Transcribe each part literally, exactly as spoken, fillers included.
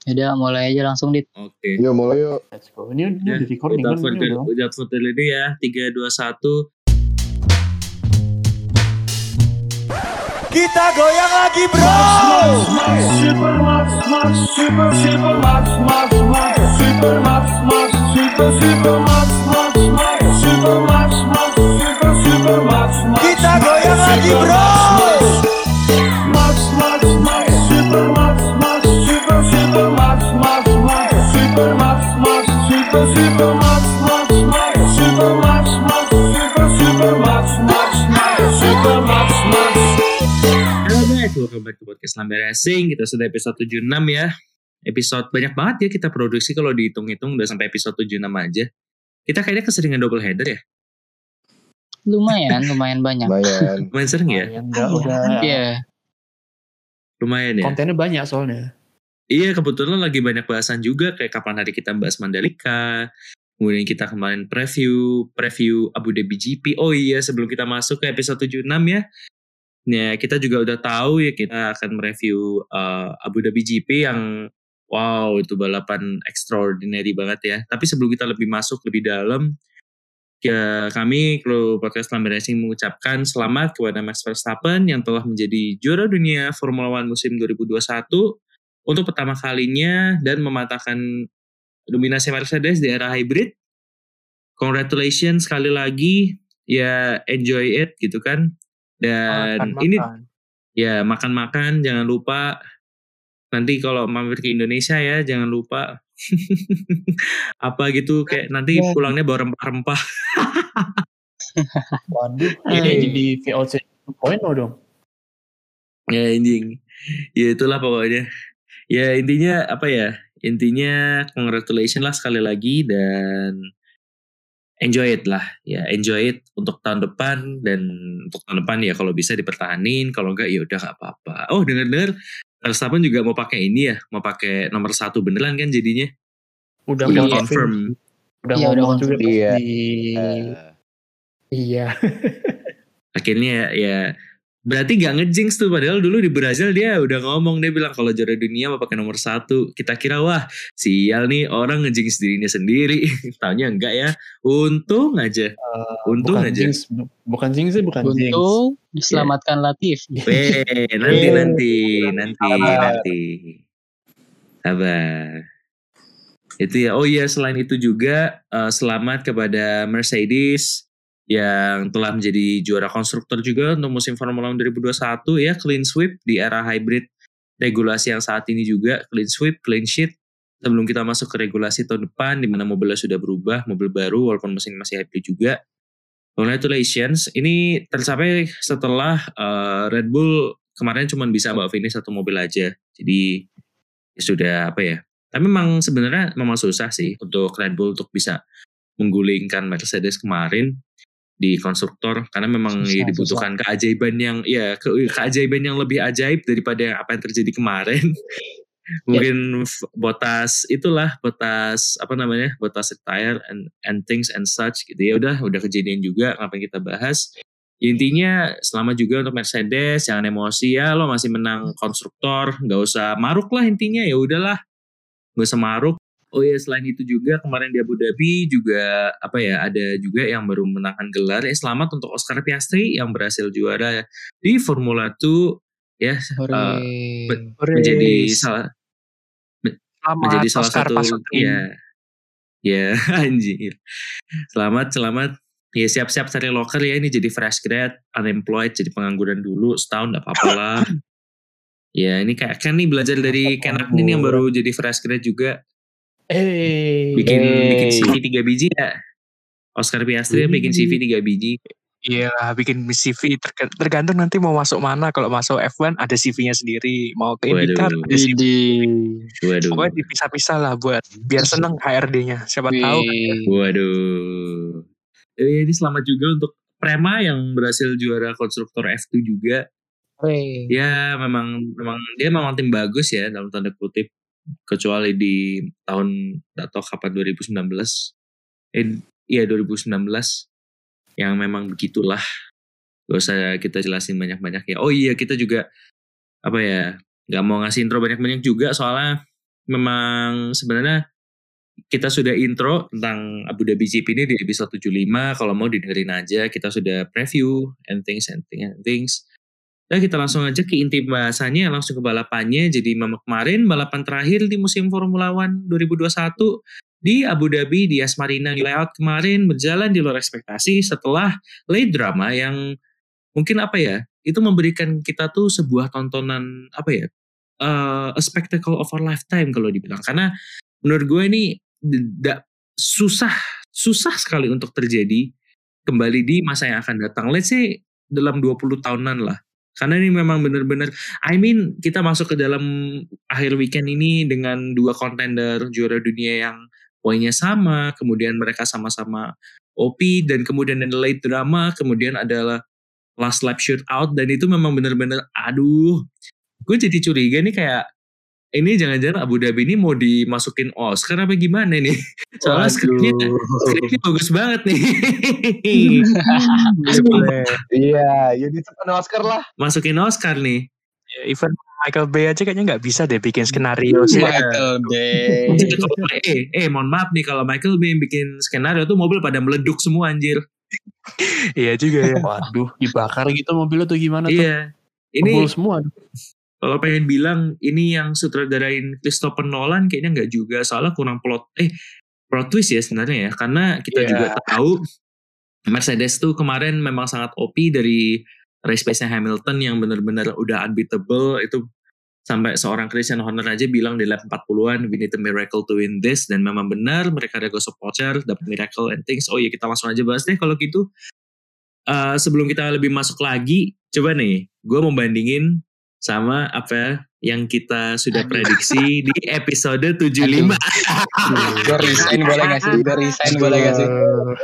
Udah mulai aja langsung Dit. Oke. Yuk mulai yuk. Let's go. Ini udah Ya, di recording kan without ini further, udah. without further ado ya. tiga, dua, satu. Kita goyang lagi bro. Super Max Max Super Super Max Max Max Super Max Max Super Super Max Max Max Super Max Max Super Super Max Max. Kita goyang lagi bro. Max Max Max Super Max Max Super Super Max Max Max Super Max Max Super Super Max Max Max Super Max Max Super Super Max Max Max Super Max Max. Halo guys, welcome back to podcast Lambe Racing. Kita sudah episode tujuh puluh enam ya. Episode banyak banget ya kita produksi, kalau dihitung-hitung udah sampai episode tujuh puluh enam aja. Kita kayaknya keseringan double header ya. Lumayan, lumayan banyak. Lumayan. Lumayan sering ya? Yang udah udah Iya. Lumayan ya. kontennya banyak soalnya. Iya, kebetulan lagi banyak bahasan juga, kayak kapan hari kita bahas Mandalika. Kemudian kita kemarin preview preview Abu Dhabi G P. Oh iya, sebelum kita masuk ke episode tujuh puluh enam ya. Ya, kita juga udah tahu ya kita akan mereview uh, Abu Dhabi G P yang wow, itu balapan extraordinary banget ya. Tapi sebelum kita lebih masuk lebih dalam, ya, kami kru podcast Lambe Racing mengucapkan selamat kepada Max Verstappen yang telah menjadi juara dunia Formula One musim dua ribu dua puluh satu untuk pertama kalinya dan mematahkan dominasi Mercedes di era hybrid. Congratulations sekali lagi, ya enjoy it gitu kan. Dan Makan, ini makan. ya makan-makan, jangan lupa nanti kalau mampir ke Indonesia ya jangan lupa apa gitu kayak nanti pulangnya bawa rempah-rempah. Waduh, Eh. ini jadi V O C dua titik nol dong. Ya anjing. Ya itulah pokoknya. Ya intinya apa ya? Intinya congratulations lah sekali lagi dan enjoy it lah. Ya enjoy it untuk tahun depan, dan untuk tahun depan ya kalau bisa dipertahanin, kalau enggak ya udah enggak apa-apa. Oh, dengar-dengar Verstappen juga mau pakai ini ya, mau pakai nomor satu beneran kan jadinya. Udah Udah mau confirm. Udah Iya, udah ngomong juga confirm. pas Iya. di Iya. Akhirnya ya berarti gak ngejinx tuh, padahal dulu di Brazil dia udah ngomong, dia bilang kalau juara dunia mau pakai nomor satu. Kita kira wah sial nih orang ngejinx dirinya sendiri. Taunya enggak ya. Untung aja. Untung bukan aja. jinx, bu- bukan jinx sih, bukan jinx. Untung diselamatkan Latif. Weh, nanti nanti nanti nanti. Sabar. Itu ya. Oh iya, selain itu juga eh, selamat kepada Mercedes yang telah menjadi juara konstruktor juga untuk musim Formula One dua ribu dua puluh satu ya, clean sweep di era hybrid regulasi yang saat ini juga, clean sweep, clean sheet. Sebelum kita masuk ke regulasi tahun depan di mana mobilnya sudah berubah, mobil baru walaupun mesin masih hybrid juga. Congratulations, ini tercapai setelah uh, Red Bull kemarin cuma bisa bawa finish satu mobil aja. Jadi ya sudah apa ya. Tapi memang sebenarnya memang susah sih untuk Red Bull untuk bisa menggulingkan Mercedes kemarin di konstruktor, karena memang Susah, ya dibutuhkan keajaiban yang ya ke, keajaiban yang lebih ajaib daripada apa yang terjadi kemarin. Mungkin f- Bottas itulah Bottas apa namanya Bottas retire and and things and such gitu ya, udah udah kejadian juga, ngapain kita bahas. Intinya selamat juga untuk Mercedes, jangan emosi ya, lo masih menang konstruktor, nggak usah maruk lah, intinya ya udahlah nggak usah maruk. Oh ya, selain itu juga kemarin di Abu Dhabi juga apa ya, ada juga yang baru menangkan gelar ya. Selamat untuk Oscar Piastri yang berhasil juara di Formula dua ya, Hore. uh, be- menjadi salah be- menjadi salah Oscar satu Piastri. ya ya anjir. Selamat selamat ya, siap-siap cari loker ya, ini jadi fresh grad, unemployed, jadi pengangguran dulu setahun enggak apa-apa lah. Ya ini kayak Ken nih, belajar dari Ken Agnin yang baru jadi fresh grad juga. Eh, bikin Hey. bikin C V tiga biji ya. Oscar Piastri Wih. bikin C V tiga biji. Iya lah, bikin C V terg- tergantung nanti mau masuk mana. Kalau masuk F satu ada C V-nya sendiri, mau ke IndyCar Waduh. ada C V. Widih. Waduh. Pokoknya dipisah-pisah lah buat biar seneng H R D-nya. Siapa tahu kan. Wih. Waduh. Eh, ini selamat juga untuk Prema yang berhasil juara konstruktor F dua juga. Hore. Ya memang memang dia memang tim bagus ya dalam tanda kutip, kecuali di tahun atau kapan dua ribu sembilan belas. Eh iya dua ribu sembilan belas yang memang begitulah. Gak usah kita jelasin banyak-banyak ya. Oh iya, kita juga apa ya, nggak mau ngasih intro banyak-banyak juga soalnya memang sebenarnya kita sudah intro tentang Abu Dhabi G P ini di episode tujuh puluh lima. Kalau mau didengerin aja, kita sudah preview and things and things and things. Dan kita langsung aja ke inti bahasannya, langsung ke balapannya. Jadi memang kemarin balapan terakhir di musim Formula One dua ribu dua puluh satu di Abu Dhabi, di Yas Marina layout kemarin berjalan di luar ekspektasi setelah late drama yang mungkin apa ya, itu memberikan kita tuh sebuah tontonan apa ya, uh, a spectacle of our lifetime kalau dibilang. Karena menurut gue ini tidak susah susah sekali untuk terjadi kembali di masa yang akan datang. Let's say dalam dua puluh tahunan lah. Karena ini memang benar-benar, I mean kita masuk ke dalam akhir weekend ini dengan dua kontender juara dunia yang poinnya sama, kemudian mereka sama-sama O P, dan kemudian ada late drama, kemudian adalah last lap shootout, dan itu memang benar-benar, aduh, gue jadi curiga nih kayak, ini jangan-jangan Abu Dhabi ini mau dimasukin Oscar apa gimana nih? Soalnya skripnya, skripnya bagus banget nih. Iya, ya disebut Oscar lah. Masukin Oscar nih. Ya, even Michael Bay aja kayaknya nggak bisa deh bikin skenario sih. Michael Bay. eh, eh, mohon maaf nih kalau Michael Bay bikin skenario tuh mobil pada meleduk semua anjir. Iya juga ya. Waduh, dibakar gitu mobilnya tuh gimana tuh? Iya. Ini Kumpul semua. kalau pengen bilang ini yang sutradarain Christopher Nolan kayaknya nggak juga, soalnya kurang plot eh plot twist ya sebenarnya ya, karena kita Yeah. juga tahu Mercedes tuh kemarin memang sangat O P dari race pace-nya Hamilton yang benar-benar udah unbeatable, itu sampai seorang Christian Horner aja bilang di lap empat puluhan we need a miracle to win this, dan memang benar mereka ada gosok voucher dapat miracle and things. Oh iya, kita langsung aja bahas deh kalau gitu. Uh, sebelum kita lebih masuk lagi, coba nih gue mau bandingin sama apa yang kita sudah prediksi di episode tujuh puluh lima. Gue resign boleh gak sih? Gue resign boleh gak sih?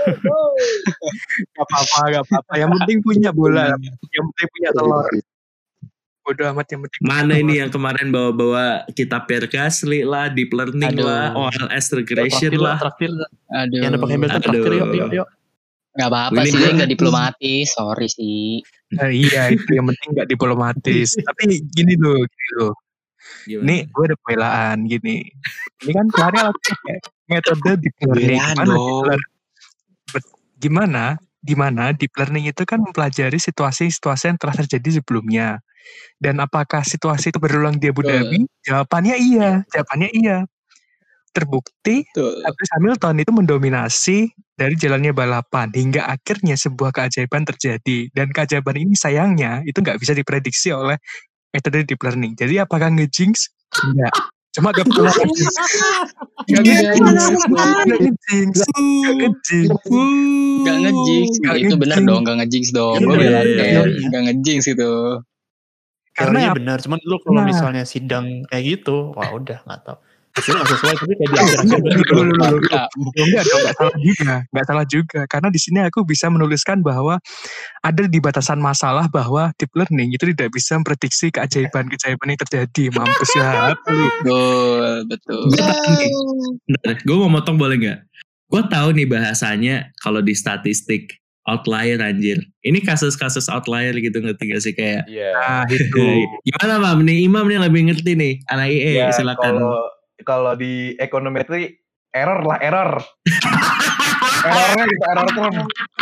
Gak apa-apa, gak apa-apa. Yang penting punya bola, yang penting punya telur. Bodoh amat, yang penting. Mana ini yang kemarin bawa-bawa kitab Pierre Gasly lah, deep learning Aduh. lah, O L S regression Traktir lah. traktir. Aduh. Yang dapat Hamilton Aduh. traktir yuk, yuk, yuk. Gak apa-apa Ini sih, gua- dia gak diplomatis. Sorry sih. Nah, iya, itu yang penting gak diplomatis. Tapi gini loh, gini loh. Gimana? Ini gue ada pembelaan gini. Ini kan kemarin aku pakai metode deep learning. Pembelaan Gimana dong. deep learning? Bet- Gimana? Dimana deep learning itu kan mempelajari situasi-situasi yang telah terjadi sebelumnya. Dan apakah situasi itu berulang di Abu Betul. Dhabi? Jawabannya iya. Jawabannya iya. Terbukti Tuh. Lewis Hamilton itu mendominasi dari jalannya balapan hingga akhirnya sebuah keajaiban terjadi, dan keajaiban ini sayangnya itu nggak bisa diprediksi oleh metode deep learning. Jadi apakah nge-jinx? Enggak. Cuma gak pernah nge-jinx. Gak nge-jinx. Gak nge-jinx. Gak nge-jinx. Gak ngejinx. Gak Itu bener ngejinx. dong, gak ngejinx dong. Iya, Gue iya, belain iya. deh. Gak ngejinx itu. Karena Teorinya apa? benar, cuman dulu kalau Nah. misalnya sidang kayak gitu, wah udah nggak tahu. Hasilnya nggak sesuai, tapi kayak di akhir-akhir Dulu, gitu. dulu, dulu. Enggak. Enggak dong, enggak salah juga. Enggak salah juga. Karena di sini aku bisa menuliskan bahwa ada di batasan masalah bahwa deep learning itu tidak bisa memprediksi keajaiban-keajaiban yang terjadi. Mampus ya. Betul, betul. Gue tahu nih. Bentar, gue mau motong boleh nggak? Gue tahu nih bahasanya kalau di statistik outlier anjir. Ini kasus-kasus outlier gitu, ngerti gak sih kayak? Iya. Nah, itu. Gimana Mam? Nih Imam nih yang lebih ngerti nih. Anak I E Ya, silakan. kalau kalau di ekonometri error lah error. Errornya gitu error term.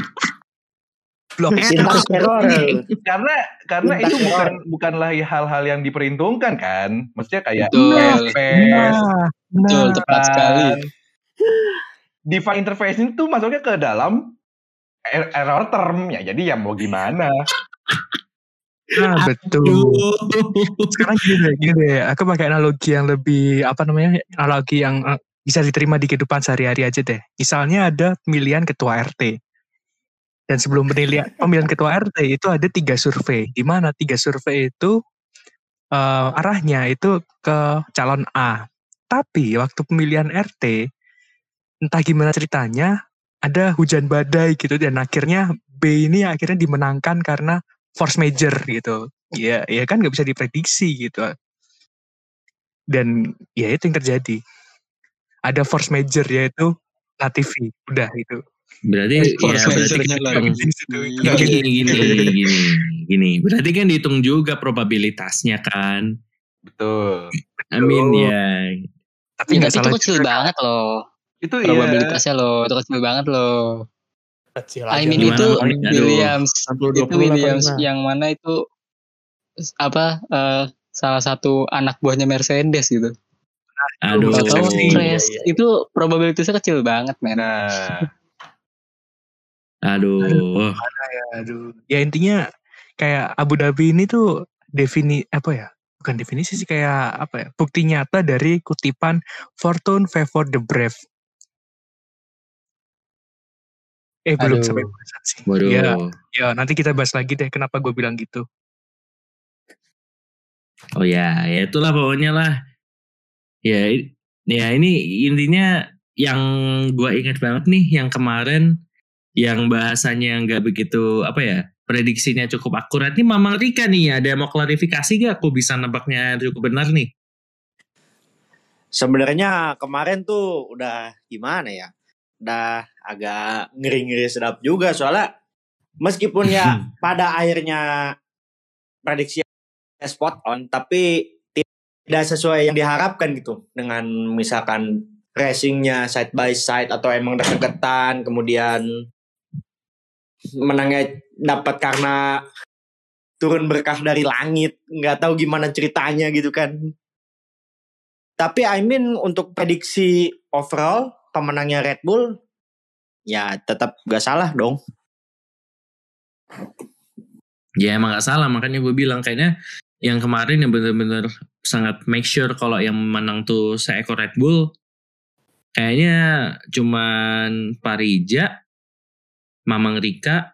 Blok Sintas error. Karena karena Sintas itu error. bukan bukanlah hal-hal yang diperhitungkan kan. Maksudnya kayak Betul. F P S, Nah, Betul, nah. tepat sekali. kan. Divine intervention itu masuknya ke dalam er- error term ya. Jadi ya mau gimana? Nah, betul. Sekarang gini deh, gini deh. Aku pakai analogi yang lebih, apa namanya, analogi yang eh, bisa diterima di kehidupan sehari-hari aja deh. Misalnya ada pemilihan ketua R T. Dan sebelum pemilihan, pemilihan ketua R T itu ada tiga survei. Di mana tiga survei itu eh, arahnya itu ke calon A. Tapi waktu pemilihan R T, entah gimana ceritanya, ada hujan badai gitu. Dan akhirnya B ini akhirnya dimenangkan karena force major gitu. Ya, ya kan nggak bisa diprediksi gitu. Dan ya itu yang terjadi. Ada force major yaitu Latifi. Udah itu. Berarti Force ya berarti major-nya kan lah. dihitung- Gak gini, gini, gini, gini. Berarti kan dihitung juga probabilitasnya kan. Betul. I mean ya Tapi Ya, nggak tapi itu salah kecil juga. banget loh. Itu iya. Probabilitasnya loh, itu kecil banget loh. Kecil I aja. mean Gimana, itu paling? Aduh. Williams, enam puluh dua itu puluh lah Williams paling lah. yang mana itu apa eh, salah satu anak buahnya Mercedes gitu. Aduh. Tahu-tahu Iya, crash. iya, iya. Itu probabilitasnya kecil banget, men. Nah, Aduh. Aduh. Ya intinya kayak Abu Dhabi ini tuh defini apa ya? Bukan definisi sih, kayak apa ya? Bukti nyata dari kutipan Fortune favor the brave. Eh belum Aduh. sampai bahasan sih. Waduh. Ya, ya nanti kita bahas lagi deh kenapa gue bilang gitu. Oh ya, ya itulah pokoknya lah. Ya, i- ya ini intinya yang gue ingat banget nih yang kemarin yang bahasanya nggak begitu apa ya, prediksinya cukup akurat nih Mamang Rika nih, ada mau klarifikasi gak? Aku bisa nebaknya cukup benar nih. Sebenarnya kemarin tuh udah gimana ya? Udah agak ngeri-ngeri sedap juga soalnya meskipun ya pada akhirnya prediksi spot on tapi tidak sesuai yang diharapkan gitu dengan misalkan racingnya side by side atau emang deket-deketan kemudian menangnya dapat karena turun berkah dari langit, nggak tahu gimana ceritanya gitu kan. Tapi I mean untuk prediksi overall pemenangnya Red Bull ya tetap gak salah dong. Ya emang gak salah, makanya gue bilang kayaknya yang kemarin yang bener-bener sangat make sure kalau yang menang tuh seekor Red Bull kayaknya cuman Parija, Mamang Rika,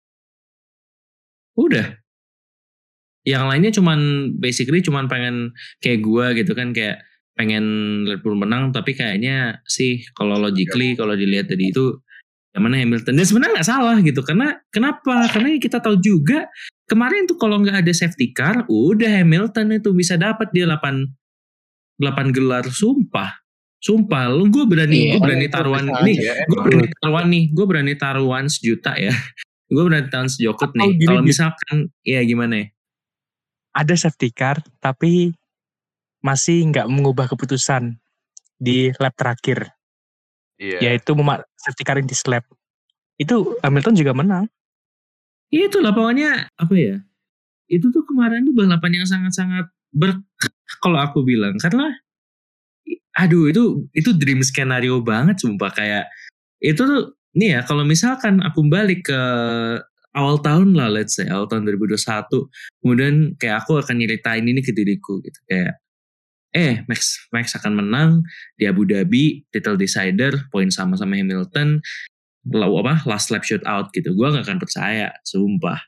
udah. Yang lainnya cuman basically cuman pengen kayak gue gitu kan, kayak pengen Red Bull menang, tapi kayaknya sih kalau logically kalau dilihat tadi itu yang mana Hamilton. Dan sebenarnya nggak salah gitu, karena kenapa? Karena kita tahu juga kemarin tuh kalau nggak ada safety car, udah Hamilton itu bisa dapat dia delapan gelar, sumpah. Sumpah, lu gue berani, Iya, gue berani itu taruhan bisa nih, aja, gue emang. berani taruhan nih, gue berani taruhan sejuta ya, gue berani taruhan sejokut Atau nih. gini, Kalau Dit. misalkan, ya gimana ya? Ada safety car tapi masih nggak mengubah keputusan di lap terakhir, iya. yaitu memak safety car di lap. Itu Hamilton juga menang. Itulah pokoknya apa ya? Itu tuh kemarin tuh balapan yang sangat-sangat berkah kalau aku bilang, karena aduh itu itu dream skenario banget sumpah. Kayak itu tuh nih ya, kalau misalkan aku balik ke awal tahun lah, let's say awal tahun dua ribu dua puluh satu, kemudian kayak aku akan nyeritain ini ke diriku gitu, kayak eh Max Max akan menang di Abu Dhabi, title decider, poin sama sama Hamilton, lalu apa last lap shootout gitu, gue nggak akan percaya sumpah.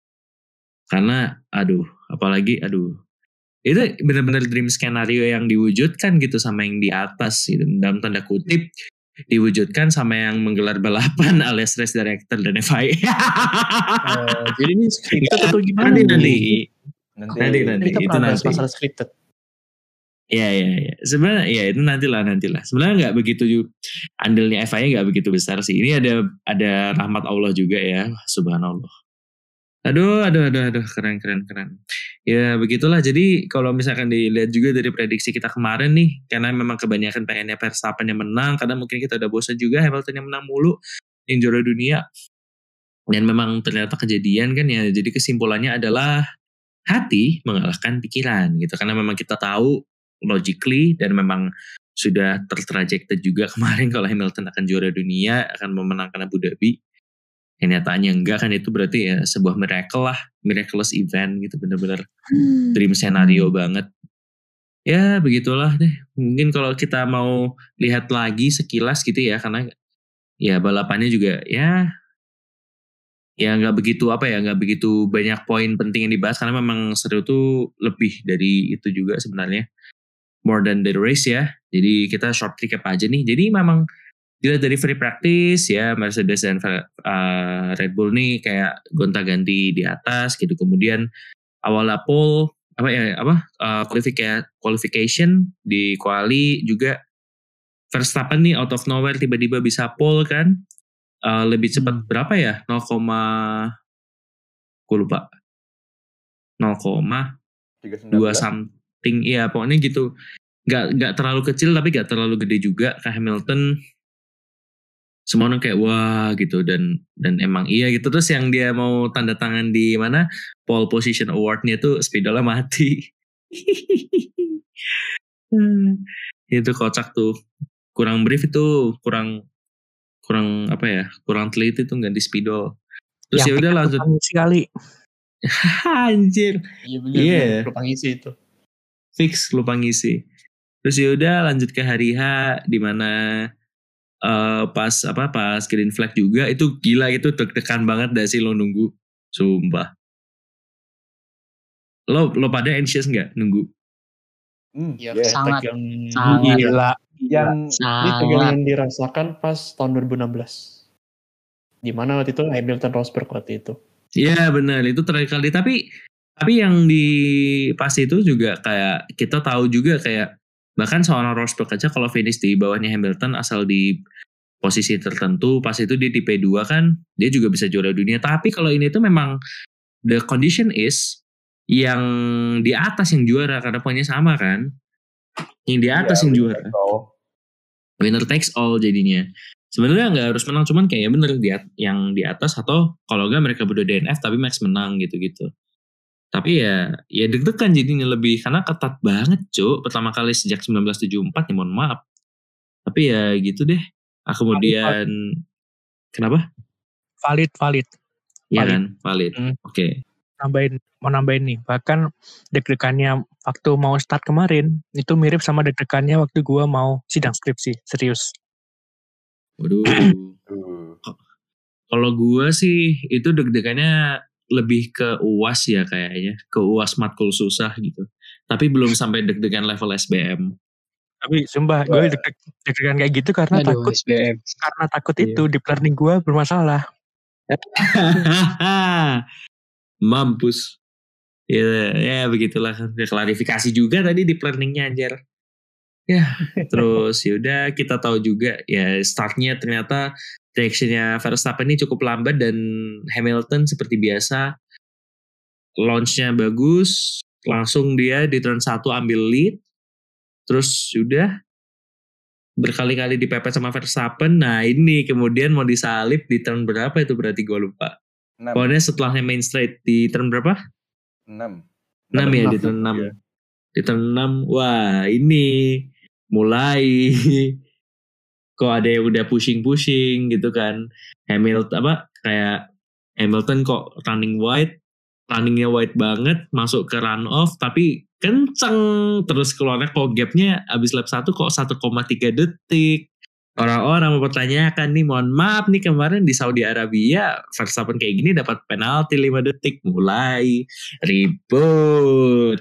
Karena aduh, apalagi aduh, itu benar-benar dream skenario yang diwujudkan gitu sama yang di atas gitu, dalam tanda kutip diwujudkan sama yang menggelar balapan alias race director dan F I A. Oh, jadi ini scripted atau gimana? nanti nanti nih? Nanti, nanti nanti Kita itu pernah bahas nanti. masalah scripted. Ya ya ya. Sebenarnya ya itu nantilah nantilah. Sebenarnya nggak begitu andilnya F I A nggak begitu besar sih. Ini ada ada rahmat Allah juga ya. Subhanallah. Aduh aduh aduh aduh keren keren keren. Ya begitulah. Jadi kalau misalkan dilihat juga dari prediksi kita kemarin nih, karena memang kebanyakan pengennya Verstappen yang menang, karena mungkin kita udah bosan juga Hamilton yang menang mulu, yang juara dunia. Dan memang ternyata kejadian kan ya. Jadi kesimpulannya adalah hati mengalahkan pikiran gitu. Karena memang kita tahu logically dan memang sudah tertrajected juga kemarin kalau Hamilton akan juara dunia, akan memenangkan Abu Dhabi. Kenyataannya enggak kan, itu berarti ya sebuah miracle lah, miraculous event gitu, bener-bener dream scenario banget. Ya begitulah deh. Mungkin kalau kita mau lihat lagi sekilas gitu ya, karena ya balapannya juga ya ya nggak begitu apa ya, nggak begitu banyak poin penting yang dibahas, karena memang seru tuh lebih dari itu juga sebenarnya, more than the race ya. Jadi kita short recap aja nih. Jadi memang dilihat dari free practice ya, Mercedes dan uh, Red Bull nih kayak gonta-ganti di atas gitu. Kemudian awal pole apa ya apa uh, qualification di quali juga Verstappen nih out of nowhere tiba-tiba bisa pole kan, uh, lebih cepat hmm. berapa ya nol, gue lupa nol koma dua something, iya pokoknya gitu. nggak nggak terlalu kecil tapi nggak terlalu gede juga. Kayak Hamilton semua orang kayak wah gitu, dan dan emang iya gitu. Terus yang dia mau tanda tangan di mana pole position awardnya tuh spidolnya mati. Itu kocak tuh, kurang brief itu, kurang kurang apa ya, kurang teliti tuh ganti spidol. Terus ya udah lanjut sekali. Anjir. Iya benar. Iya. Yeah. Lupa ngisi itu. Fix lupa ngisi. Terus ya udah lanjut ke hari H di mana uh, pas apa pas green flag juga itu gila, itu deg-degan banget dah sih lo nunggu. Sumpah. Lo lo pada anxious enggak nunggu? Hmm, Ya, yeah. Sangat. yang Sangat. Gila. Yang ini Sangat. yang dirasakan pas tahun dua ribu enam belas. Di mana waktu itu Hamilton Rosberg waktu itu. Iya benar, itu terakhir kali. Tapi tapi yang di pas itu juga kayak kita tahu juga kayak bahkan seorang Rosberg aja kalau finish di bawahnya Hamilton asal di posisi tertentu, pas itu dia di P dua kan dia juga bisa juara dunia. Tapi kalau ini tuh memang the condition is yang di atas yang juara karena poinnya sama kan. Yang di atas Iya, yang winner juara. takes all. Winner takes all jadinya. Sebenarnya nggak harus menang, cuman kayak bener di at- yang di atas, atau kalau nggak mereka berdua D N F tapi Max menang gitu-gitu. Tapi ya ya deg-degan jadinya lebih karena ketat banget Cuk, pertama kali sejak sembilan belas tujuh puluh empat ya, mohon maaf. Tapi ya gitu deh. Ah, kemudian kenapa? Valid, valid. Iya Valid. kan, valid. Hmm. Oke. Nambahin, mau nambahin nih. Bahkan deg-degannya waktu mau start kemarin itu mirip sama deg-degannya waktu gua mau sidang skripsi, serius. Waduh. Tuh. Kalau gua sih itu deg-degannya lebih ke U A S ya kayaknya, ke U A S matkul susah gitu. Tapi belum sampai deg-degan level S B M. Tapi sumpah gue deg- deg-degan kayak gitu karena Aduh, takut S B M. karena takut Iya. itu deep learning gue bermasalah. Mampus. Ya, ya begitulah. Udah klarifikasi juga tadi di planningnya anjir. Ya, terus yaudah kita tahu juga ya startnya ternyata reactionnya Verstappen ini cukup lambat dan Hamilton seperti biasa launchnya bagus, langsung dia di turn satu ambil lead, terus sudah berkali-kali dipepet sama Verstappen. Nah ini kemudian mau disalip di turn berapa itu berarti gue lupa. enam. Pokoknya setelahnya main straight di turn berapa? enam. enam ya, di enam. turn enam. Iya. Di turn enam, wah ini mulai kok ada yang udah pushing-pushing gitu kan. Hamilton apa kayak Hamilton kok running wide, runningnya wide banget, masuk ke run off tapi kenceng, terus keluarnya kok gapnya abis lap satu kok satu koma tiga detik. Orang-orang mempertanyakan nih, mohon maaf nih kemarin di Saudi Arabia Verstappen kayak gini dapat penalti lima detik, mulai ribut.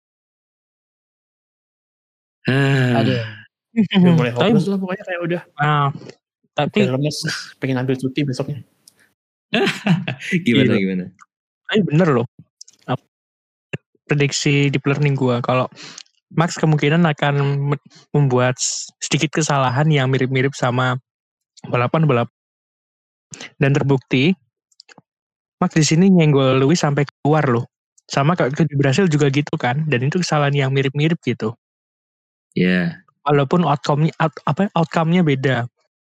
Aduh. Udah mulai Tapi, hopeless lah pokoknya kayak udah. ah, tapi Udah lemes, pengen ambil cuti besoknya. Gimana Gila. gimana? tapi bener loh. Ap- Prediksi deep learning gue kalau Max kemungkinan akan me- membuat s- sedikit kesalahan yang mirip-mirip sama balapan-balapan dan terbukti Max di sini nyenggol Lewis sampai keluar loh. Sama kayak di Brasil juga gitu kan, dan itu kesalahan yang mirip-mirip gitu. Ya, Walaupun outcome-nya out- apa outcome-nya beda.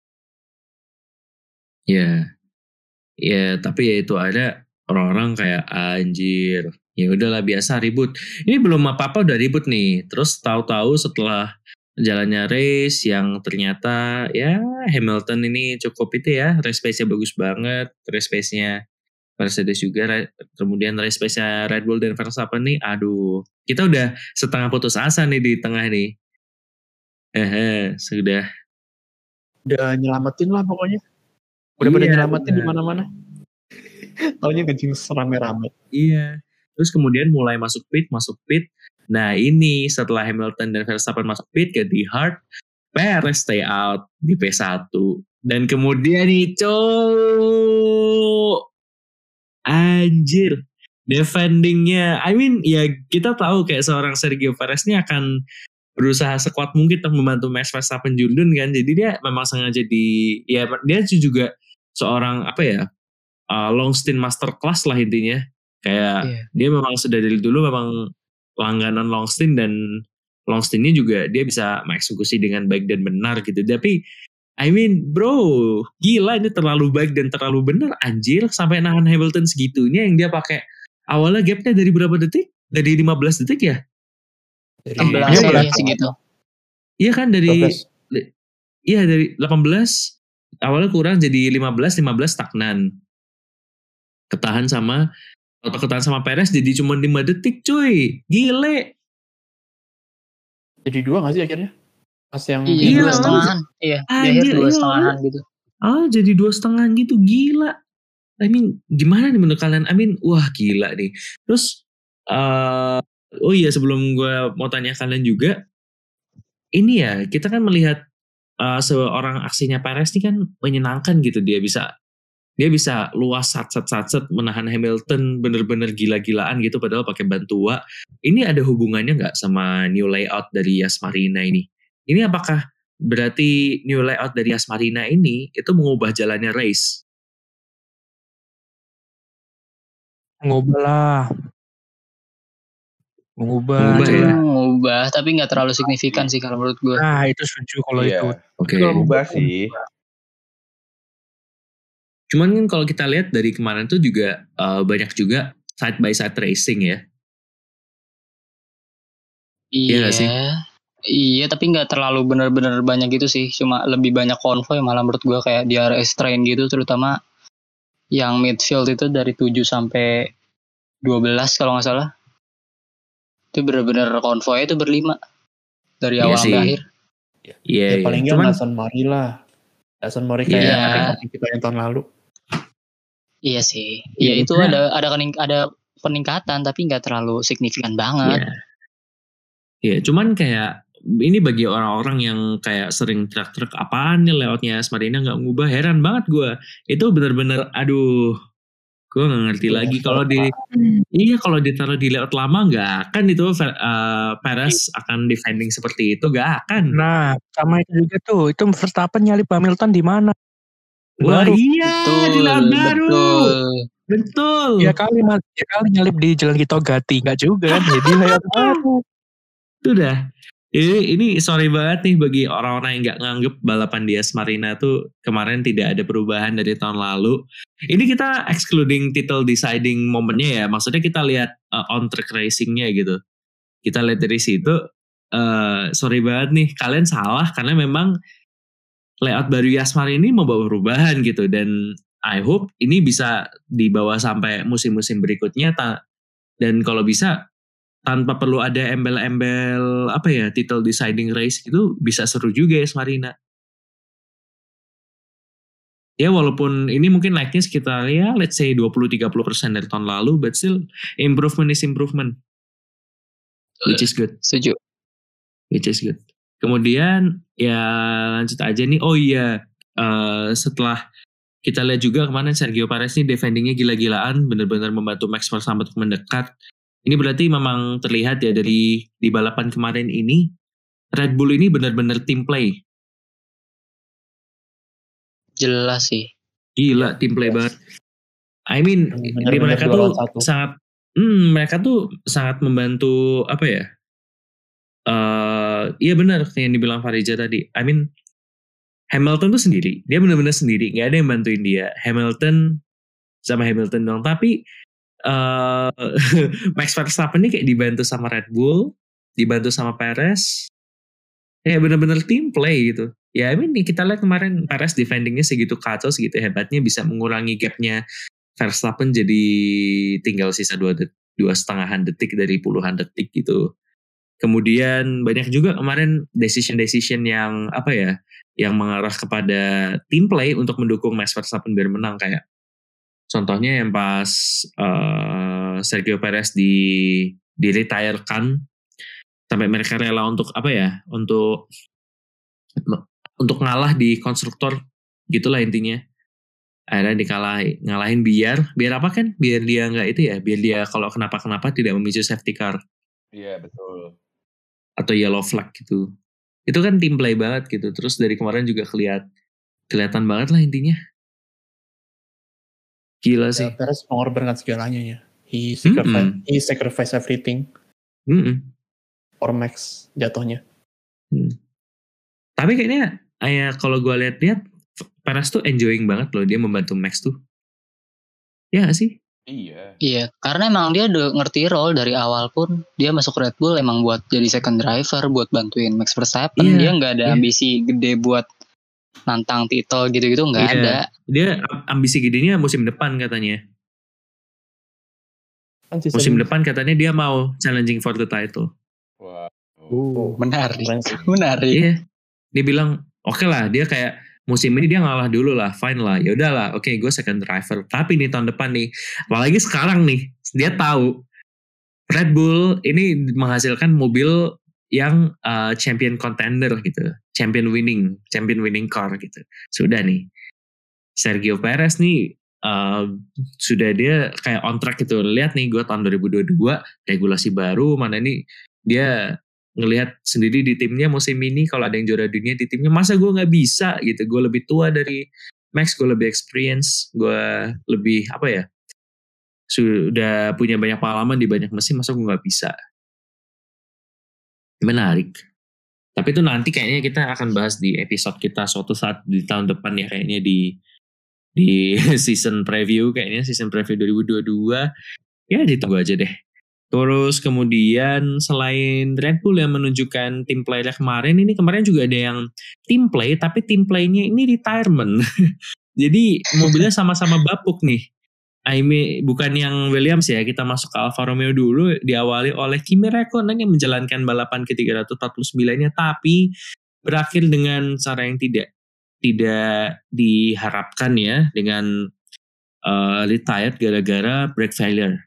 ya, ya. Tapi ya itu ada orang-orang kayak anjir. Ya udahlah biasa ribut. Ini belum apa-apa udah ribut nih. Terus tahu-tahu setelah jalannya race yang ternyata ya Hamilton ini cukup itu ya, race pace-nya bagus banget, race pace-nya Mercedes juga, ra- kemudian race pace-nya Red Bull dan Verstappen nih, aduh, kita udah setengah putus asa nih di tengah nih. Eh, sudah. Udah nyelamatin lah pokoknya. Udah pada Iya, nyelamatin benar. di mana-mana. Taunya kencing serame-rame. Iya. Terus kemudian mulai masuk pit, masuk pit. Nah ini setelah Hamilton dan Verstappen masuk pit, ganti hard, Perez stay out di P satu. Dan kemudian nih, cowok. Anjir. Defendingnya, I mean ya kita tahu kayak seorang Sergio Perez ini akan berusaha sekuat mungkin untuk membantu Max Verstappen Jordan kan. Jadi dia memang sengaja di, ya dia juga seorang apa ya, uh, long stint masterclass lah intinya. Kayak Iya. dia memang sudah dari dulu memang langganan long stint dan long stintnya juga dia bisa mengeksekusi dengan baik dan benar gitu. Tapi I mean bro, gila ini terlalu baik dan terlalu benar anjir, sampai nahan Hamilton segitunya yang dia pakai. Awalnya gapnya dari berapa detik? Dari lima belas detik ya? enam belas Iya, ya iya. segitu. Iya kan dari dua belas. Iya dari delapan belas awalnya kurang jadi lima belas, lima belas stagnan. Ketahan sama atau ketahan sama Perez jadi cuma lima detik cuy. Gile. Jadi dua nggak sih akhirnya? Pas yang Iya, Iya, dua setengahan. Iya, di akhir Anjir, dua iya. setengahan gitu. Ah, jadi dua setengah gitu, gila. I mean, gimana nih menurut kalian? I mean, wah gila nih. Terus, uh, oh iya sebelum gue mau tanya kalian juga, ini ya kita kan melihat uh, seorang aksinya Perez ini kan menyenangkan gitu. Dia bisa, dia bisa luas sat-sat-sat menahan Hamilton bener-bener gila-gilaan gitu. Padahal pakai ban tua. Ini ada hubungannya nggak sama new layout dari Yas Marina ini? Ini apakah berarti new layout dari Yas Marina ini itu mengubah jalannya race? Mengubah lah. Mengubah. Mengubah Itu ya. mengubah, tapi nggak terlalu signifikan sih kalau menurut gue. Nah itu setuju kalau Iya. itu. Oke. Itu ubah sih. Cuman kan kalau kita lihat dari kemarin tuh juga uh, banyak juga side by side racing ya. Iya Iya, nggak sih? iya tapi nggak terlalu benar-benar banyak gitu sih. Cuma lebih banyak konvoy malah menurut gue kayak di R S train gitu, terutama yang midfield itu dari tujuh sampai dua belas kalau nggak salah. Itu benar-benar konvoy itu berlima dari Iya awal sih. sampai akhir. Iya, ya iya. paling nggak Cuman Hasan Mari lah. Hasan Mari kayak Iya. ngetik kita yang tahun lalu. Iya sih. Iya, Iya itu maksudnya- ada ada kening- ada peningkatan tapi nggak terlalu signifikan banget. Iya. Iya, cuman kayak ini bagi orang-orang yang kayak sering truk-truk apaan nih layoutnya Asmarina nggak ngubah, heran banget gue. Itu bener-bener aduh, gue nggak ngerti Iya, lagi kalau di iya kalau ditaruh di layout lama nggak akan itu uh, Perez akan defending seperti itu, nggak akan. Nah sama itu juga tuh. Itu Verstappen nyalip Hamilton di mana? Wah Baru. iya di layout baru, betul. betul. Ya kali mas, ya kali nyalip di Jalan Kitogati nggak juga kan? Jadi layout baru. Itu dah. Ini, ini sorry banget nih bagi orang-orang yang nggak nganggep balapan di Asmarina tuh kemarin tidak ada perubahan dari tahun lalu. Ini kita excluding title deciding momennya ya. Maksudnya kita lihat uh, on track racingnya gitu. Kita lihat dari situ. Uh, sorry banget nih, kalian salah karena memang layout baru Yasmar ini membawa perubahan gitu. Dan I hope ini bisa dibawa sampai musim-musim berikutnya. Ta- dan kalau bisa tanpa perlu ada embel-embel apa ya title deciding race gitu bisa seru juga ya Marina. Ya walaupun ini mungkin like-nya sekitar ya let's say dua puluh sampai tiga puluh persen dari tahun lalu, but still improvement is improvement. Which is good. Setuju. Which is good. Kemudian ya lanjut aja nih. Oh iya, uh, setelah kita lihat juga kemarin Sergio Perez nih defendingnya gila-gilaan, benar-benar membantu Max Verstappen untuk mendekat. Ini berarti memang terlihat ya dari di balapan kemarin ini Red Bull ini benar-benar team play. Jelas sih. Gila team play banget. I mean Benar-benar di mereka dua tuh lawan satu. sangat hmm, mereka tuh sangat membantu apa ya? Uh, iya benar yang dibilang Farija tadi. I mean Hamilton tuh sendiri. Dia benar-benar sendiri, nggak ada yang bantuin dia. Hamilton sama Hamilton dong. Tapi Uh, Max Verstappen ini kayak dibantu sama Red Bull, dibantu sama Perez, ya benar-benar team play gitu. Ya I mean kita lihat kemarin Perez defendingnya segitu kacau, segitu hebatnya bisa mengurangi gapnya Verstappen jadi tinggal sisa dua det- dua setengahan detik dari puluhan detik gitu. Kemudian banyak juga kemarin decision-decision yang apa ya, yang mengarah kepada team play untuk mendukung Max Verstappen biar menang kayak. Contohnya yang pas uh, Sergio Perez di di retirekan sampai mereka rela untuk apa ya untuk untuk ngalah di konstruktor gitulah intinya. Akhirnya dikalah ngalahin biar biar apa kan biar dia nggak itu ya biar dia kalau kenapa-kenapa tidak memicu safety car. Iya betul. Atau yellow flag gitu. Itu kan team play banget gitu. Terus dari kemarin juga kelihat kelihatan banget lah intinya. Gila sih. Ya, Perez mengorbankan segalanya ya. He sacrifice, Mm-mm. he sacrifice everything. Mm-mm. or Max jatuhnya. Hmm. Tapi kayaknya kayak kalau gue lihat-lihat Perez tuh enjoying banget loh dia membantu Max tuh. Ya gak sih? Iya. Iya, karena emang dia udah ngerti role dari awal pun dia masuk Red Bull emang buat jadi second driver, buat bantuin Max Verstappen. Iya, Dia nggak ada iya. ambisi gede buat nantang titel gitu-gitu, nggak Iya. ada. Dia ambisi gedenya musim depan katanya. Kan season Musim depan katanya dia mau challenging for the title. Wah. Oh, Menarik, keren sih. menarik. Iya. Dia bilang oke lah dia kayak musim ini dia ngalah dulu lah, fine lah. Ya udahlah, oke gue second driver. Tapi nih tahun depan nih, apalagi sekarang nih, dia tahu Red Bull ini menghasilkan mobil yang uh, champion contender gitu, champion winning, champion winning car gitu. Sudah nih, Sergio Perez nih uh, sudah dia kayak on track gitu. Lihat nih gue tahun dua ribu dua puluh dua regulasi baru mana nih dia ngelihat sendiri di timnya musim ini kalau ada yang juara dunia di timnya masa gue nggak bisa gitu. Gue lebih tua dari Max, gue lebih experience, gue lebih apa ya, sudah punya banyak pengalaman di banyak mesin, masa gue nggak bisa. Menarik. Tapi itu nanti kayaknya kita akan bahas di episode kita suatu saat di tahun depan ya, kayaknya di di season preview, kayaknya season preview dua ribu dua puluh dua. Ya ditunggu aja deh. Terus kemudian selain Red Bull yang menunjukkan tim play-nya kemarin, ini kemarin juga ada yang tim play, tapi tim play-nya ini retirement. Jadi mobilnya sama-sama bapuk nih. I mean, bukan yang Williams ya, kita masuk ke Alfa Romeo dulu, diawali oleh Kimi Räikkönen yang menjalankan balapan ke tiga ratus empat puluh sembilan-nya, tapi berakhir dengan cara yang tidak tidak diharapkan ya, dengan uh, retired gara-gara brake failure.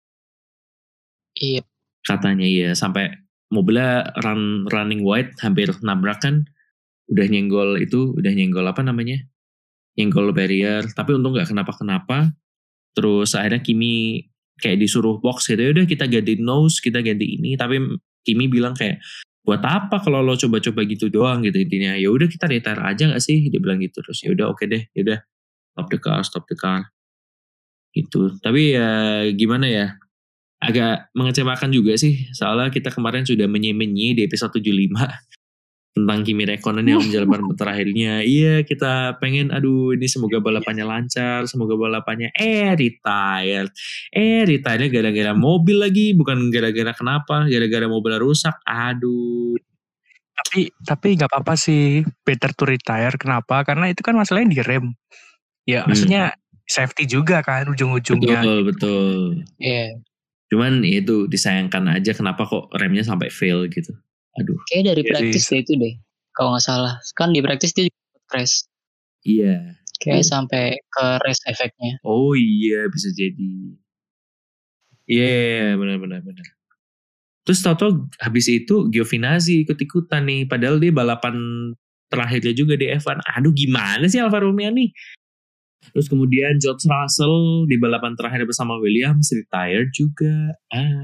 Iya. Katanya ya, sampai mobilnya run, running wide, hampir nabrak kan, udah nyenggol itu, udah nyenggol apa namanya, nyenggol barrier, tapi untung gak kenapa-kenapa. Terus akhirnya Kimi kayak disuruh box gitu, ya udah kita ganti nose, kita ganti ini, tapi Kimi bilang kayak, buat apa kalau lo coba-coba gitu doang gitu intinya, ya udah kita retire aja gak sih, dia bilang gitu. Terus ya udah oke deh, ya udah stop the car, stop the car gitu. Tapi ya gimana ya, agak mengecewakan juga sih, soalnya kita kemarin sudah menye-menye di episode tujuh puluh lima tentang Kimi Räikkönen yang menjalani terakhirnya. Iya, kita pengen, aduh ini semoga balapannya lancar, semoga balapannya eh retired. Eh retirednya gara-gara mobil lagi, bukan gara-gara kenapa, gara-gara mobil rusak. Aduh. Tapi tapi nggak apa-apa sih, better to retire. Kenapa? Karena itu kan masalahnya di rem. Ya, Hmm. maksudnya safety juga kan ujung-ujungnya. Betul, betul. Iya. Cuman itu disayangkan aja kenapa kok remnya sampai fail gitu. Aduh. Kayak dari Iya practice sih. deh itu deh. Kalau nggak salah. Kan di practice dia juga crash. Iya. Kayak Iya. sampai ke race efeknya. Oh iya, bisa jadi. Iya, yeah, benar-benar benar. Terus tau-tau habis itu Giovinazzi ikut-ikutan nih, padahal dia balapan terakhirnya juga di F satu. Aduh, gimana sih Alfa Romeo nih? Terus kemudian George Russell di balapan terakhir bersama Williams retired juga. Ah.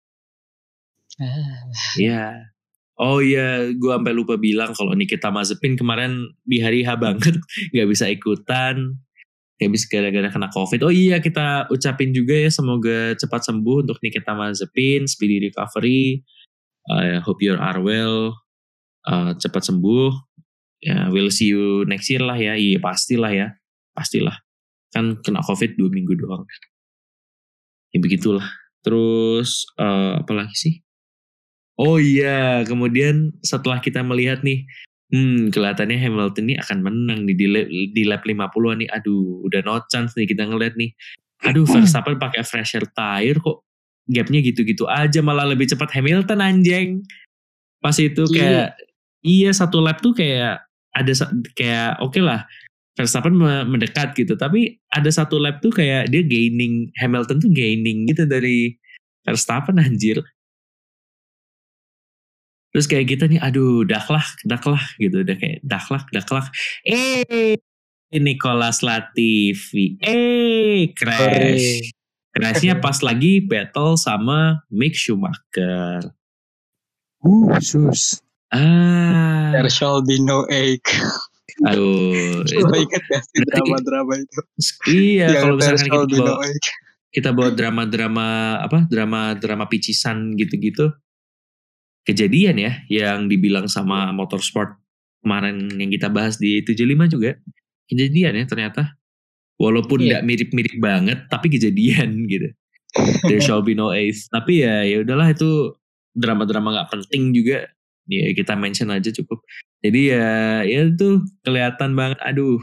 Ah. Iya. Oh iya, gue sampai lupa bilang kalau Nikita Mazepin kemarin di hari H banget, nggak bisa ikutan, nggak bisa gara-gara kena COVID. Oh iya, kita ucapin juga ya semoga cepat sembuh untuk Nikita Mazepin, speedy recovery. I uh, hope you are well, uh, cepat sembuh. Ya, we'll see you next year lah ya. Iya pastilah ya, pastilah. Kan kena COVID dua minggu doang. Ya begitulah. Terus uh, apa lagi sih? Oh iya, kemudian setelah kita melihat nih, hmm, kelihatannya Hamilton nih akan menang nih di lap, di lap lima puluh nih. Aduh, udah no chance nih kita ngeliat nih. Aduh, Verstappen pakai fresher tire kok gapnya gitu-gitu aja, malah lebih cepat Hamilton anjing. Pas itu kayak iya, iya satu lap tuh kayak ada kayak oke okay lah Verstappen mendekat gitu, tapi ada satu lap tuh kayak dia gaining, Hamilton tuh gaining gitu dari Verstappen anjir. Terus kayak gitu nih, aduh daklak, daklak gitu, udah kayak daklak, daklak. Eh, Nicolas Latifi, eh crash, crashnya pas lagi battle sama Mick Schumacher. Uh, sus. Ah, There shall be no egg. aduh, Coba itu, ingat gak sih drama-drama itu? iya Yang kalau misalkan there shall kita be bawa, no egg. kita bawa drama-drama apa, drama-drama picisan gitu-gitu. kejadian ya yang dibilang sama motorsport kemarin yang kita bahas di tujuh puluh lima juga kejadian ya ternyata walaupun Iya. nggak mirip-mirip banget tapi kejadian gitu. There shall be no eighth. Tapi ya ya udahlah itu drama-drama nggak penting juga ya kita mention aja cukup. Jadi ya ya itu kelihatan banget aduh.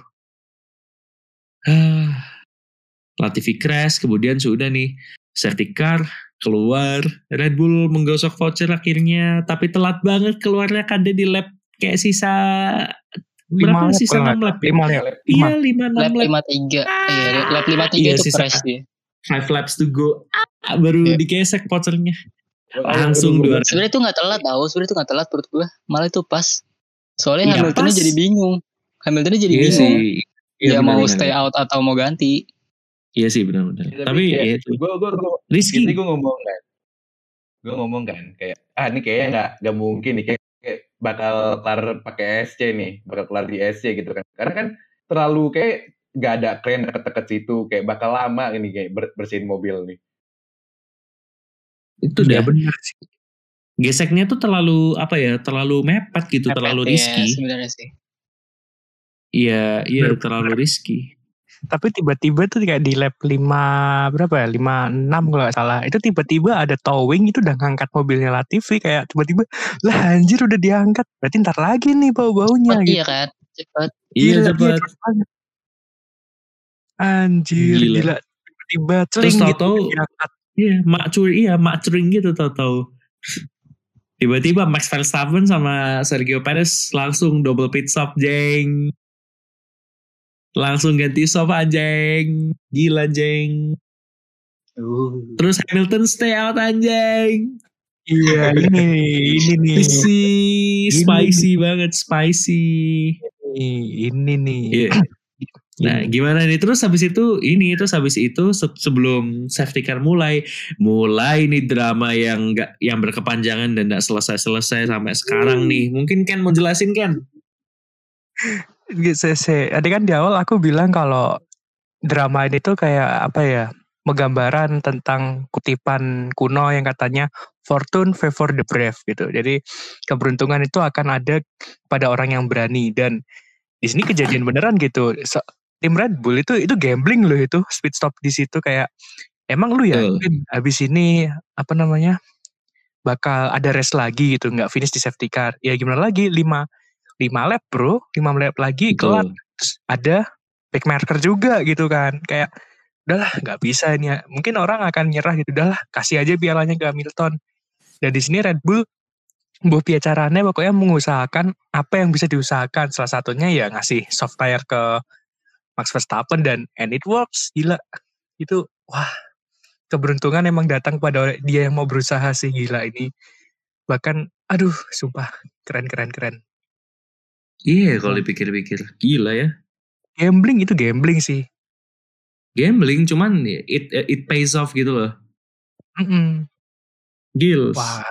Latifi crash kemudian sudah nih safety car keluar Red Bull menggosok voucher akhirnya tapi telat banget keluarnya kan dia di lap kayak sisa Lima berapa lap sisa kalau enam nggak lap salah. Lima lap. iya lima enam Lap lap lima tiga. Iya, lap lima tiga Iya, itu sisa- crash dia. five laps to go ah, baru Iya. digesek vouchernya langsung dua Sebenarnya itu nggak telat tau. Sebenarnya itu nggak telat menurut gue. Malah itu pas. Soalnya Iya, Hamiltonnya pas. jadi bingung. Hamiltonnya jadi iya bingung. sih Dia Iya, mau benar-benar. stay out atau mau ganti. iya sih benar-benar tapi ya itu gue gue risky Jadi gue ngomong kan, gue ngomong kan kayak ah ini kayaknya nggak nggak mungkin nih kayak, kayak bakal kelar pakai S C nih, bakal kelar di S C gitu kan. Karena kan terlalu kayak nggak ada keren deket-deket situ, kayak bakal lama ini kayak ber- bersihin mobil nih. itu Iya dah benar sih. geseknya tuh terlalu apa ya terlalu mepet gitu Mepet, terlalu iya, risky sebenarnya sih. iya iya Benar. terlalu risky Tapi tiba-tiba tuh kayak di lap lima berapa ya? lima enam kalau nggak salah. Itu tiba-tiba ada towing itu udah ngangkat mobilnya Latifi kayak tiba-tiba lah anjir udah diangkat. Berarti ntar lagi nih bau-baunya Cepet gitu. iya kan. Cepet. iya Gila, cepet cepet banget. Anjir Gila. gila. Tiba-tiba Terus celing gitu tahu-tahu udah diangkat. iya macur iya macuring gitu tahu-tahu tiba-tiba Max Verstappen sama Sergio Perez langsung double pit stop jeng langsung ganti stop anjing gila jeng Uh. terus Hamilton stay out anjing Iya ini ini nih. spicy Ini spicy banget spicy Ini, ini nih. Iya. Nah, Ini. gimana nih? Terus habis itu ini terus habis itu se- sebelum safety car mulai, mulai nih drama yang enggak yang berkepanjangan dan enggak selesai-selesai sampai sekarang nih. Mungkin Ken mau jelasin Ken? Gitu sih. Tadi kan di awal aku bilang kalau drama ini tuh kayak apa ya? Menggambaran tentang kutipan kuno yang katanya fortune favor the brave gitu. Jadi keberuntungan itu akan ada pada orang yang berani dan di sini kejadian beneran gitu. So, tim Red Bull itu itu gambling loh itu speed stop di situ kayak emang lu yakin habis ini apa namanya bakal ada race lagi gitu nggak finish di safety car ya gimana lagi lima lima lap bro lima lap lagi kelar terus ada back marker juga gitu kan kayak udahlah nggak bisa ini ya. Mungkin orang akan nyerah gitu udahlah kasih aja pialanya ke Hamilton dan di sini Red Bull buah piacaranya pokoknya mengusahakan apa yang bisa diusahakan salah satunya ya ngasih soft tire ke Max Verstappen dan and it works gila itu wah keberuntungan emang datang pada dia yang mau berusaha sih gila ini bahkan aduh sumpah keren keren keren Iya, kalau dipikir-pikir gila ya. gambling itu gambling sih Gambling cuman it it pays off gitu loh. Mm-mm. Gils. Wah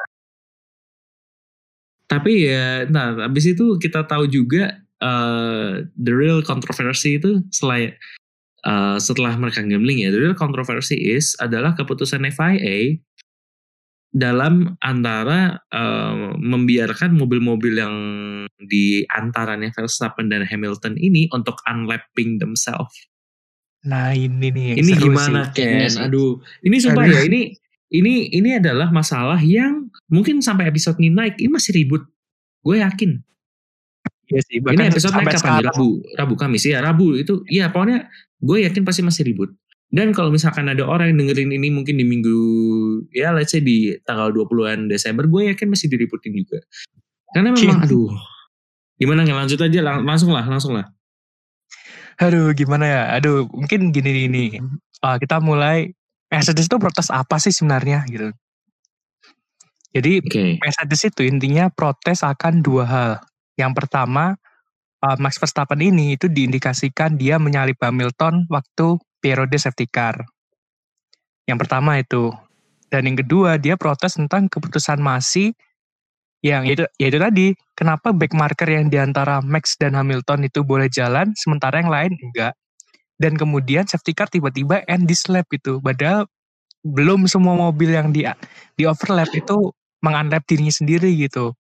Tapi ya, nah abis itu kita tahu juga uh, the real controversy itu selain uh, setelah mereka gambling ya, the real controversy is adalah keputusan F I A dalam antara uh, membiarkan mobil-mobil yang di antaranya Verstappen dan Hamilton ini untuk unlapping themselves. nah ini nih yang Ini seru gimana sih. Iya Ken? sih. Aduh, ini sumpah Aduh. ya, ini ini ini adalah masalah yang mungkin sampai episode ini naik ini masih ribut. Gue yakin. Iya sih Ini bahkan episode naik sampai kapan? sekarang Rabu, Rabu Kamis ya, Rabu itu. Iya, pokoknya gue yakin pasti masih ribut. Dan kalau misalkan ada orang yang dengerin ini mungkin di minggu ya let's say di tanggal dua puluhan Desember, gue yakin masih diributin juga. Karena memang aduh. Gimana nggak lanjut aja lang- langsung lah, langsung lah. aduh gimana ya aduh mungkin gini gini uh, kita mulai Mercedes itu protes apa sih sebenarnya gitu jadi Oke. Mercedes itu intinya protes akan dua hal. Yang pertama, uh, Max Verstappen ini itu diindikasikan dia menyalip Hamilton waktu periode safety car. Yang pertama itu. Dan yang kedua, dia protes tentang keputusan Masi yang yaitu, yaitu tadi, kenapa back marker yang diantara Max dan Hamilton itu boleh jalan, sementara yang lain enggak. Dan kemudian safety car tiba-tiba end this lap itu. Padahal belum semua mobil yang di di overlap itu mengunlap dirinya sendiri gitu.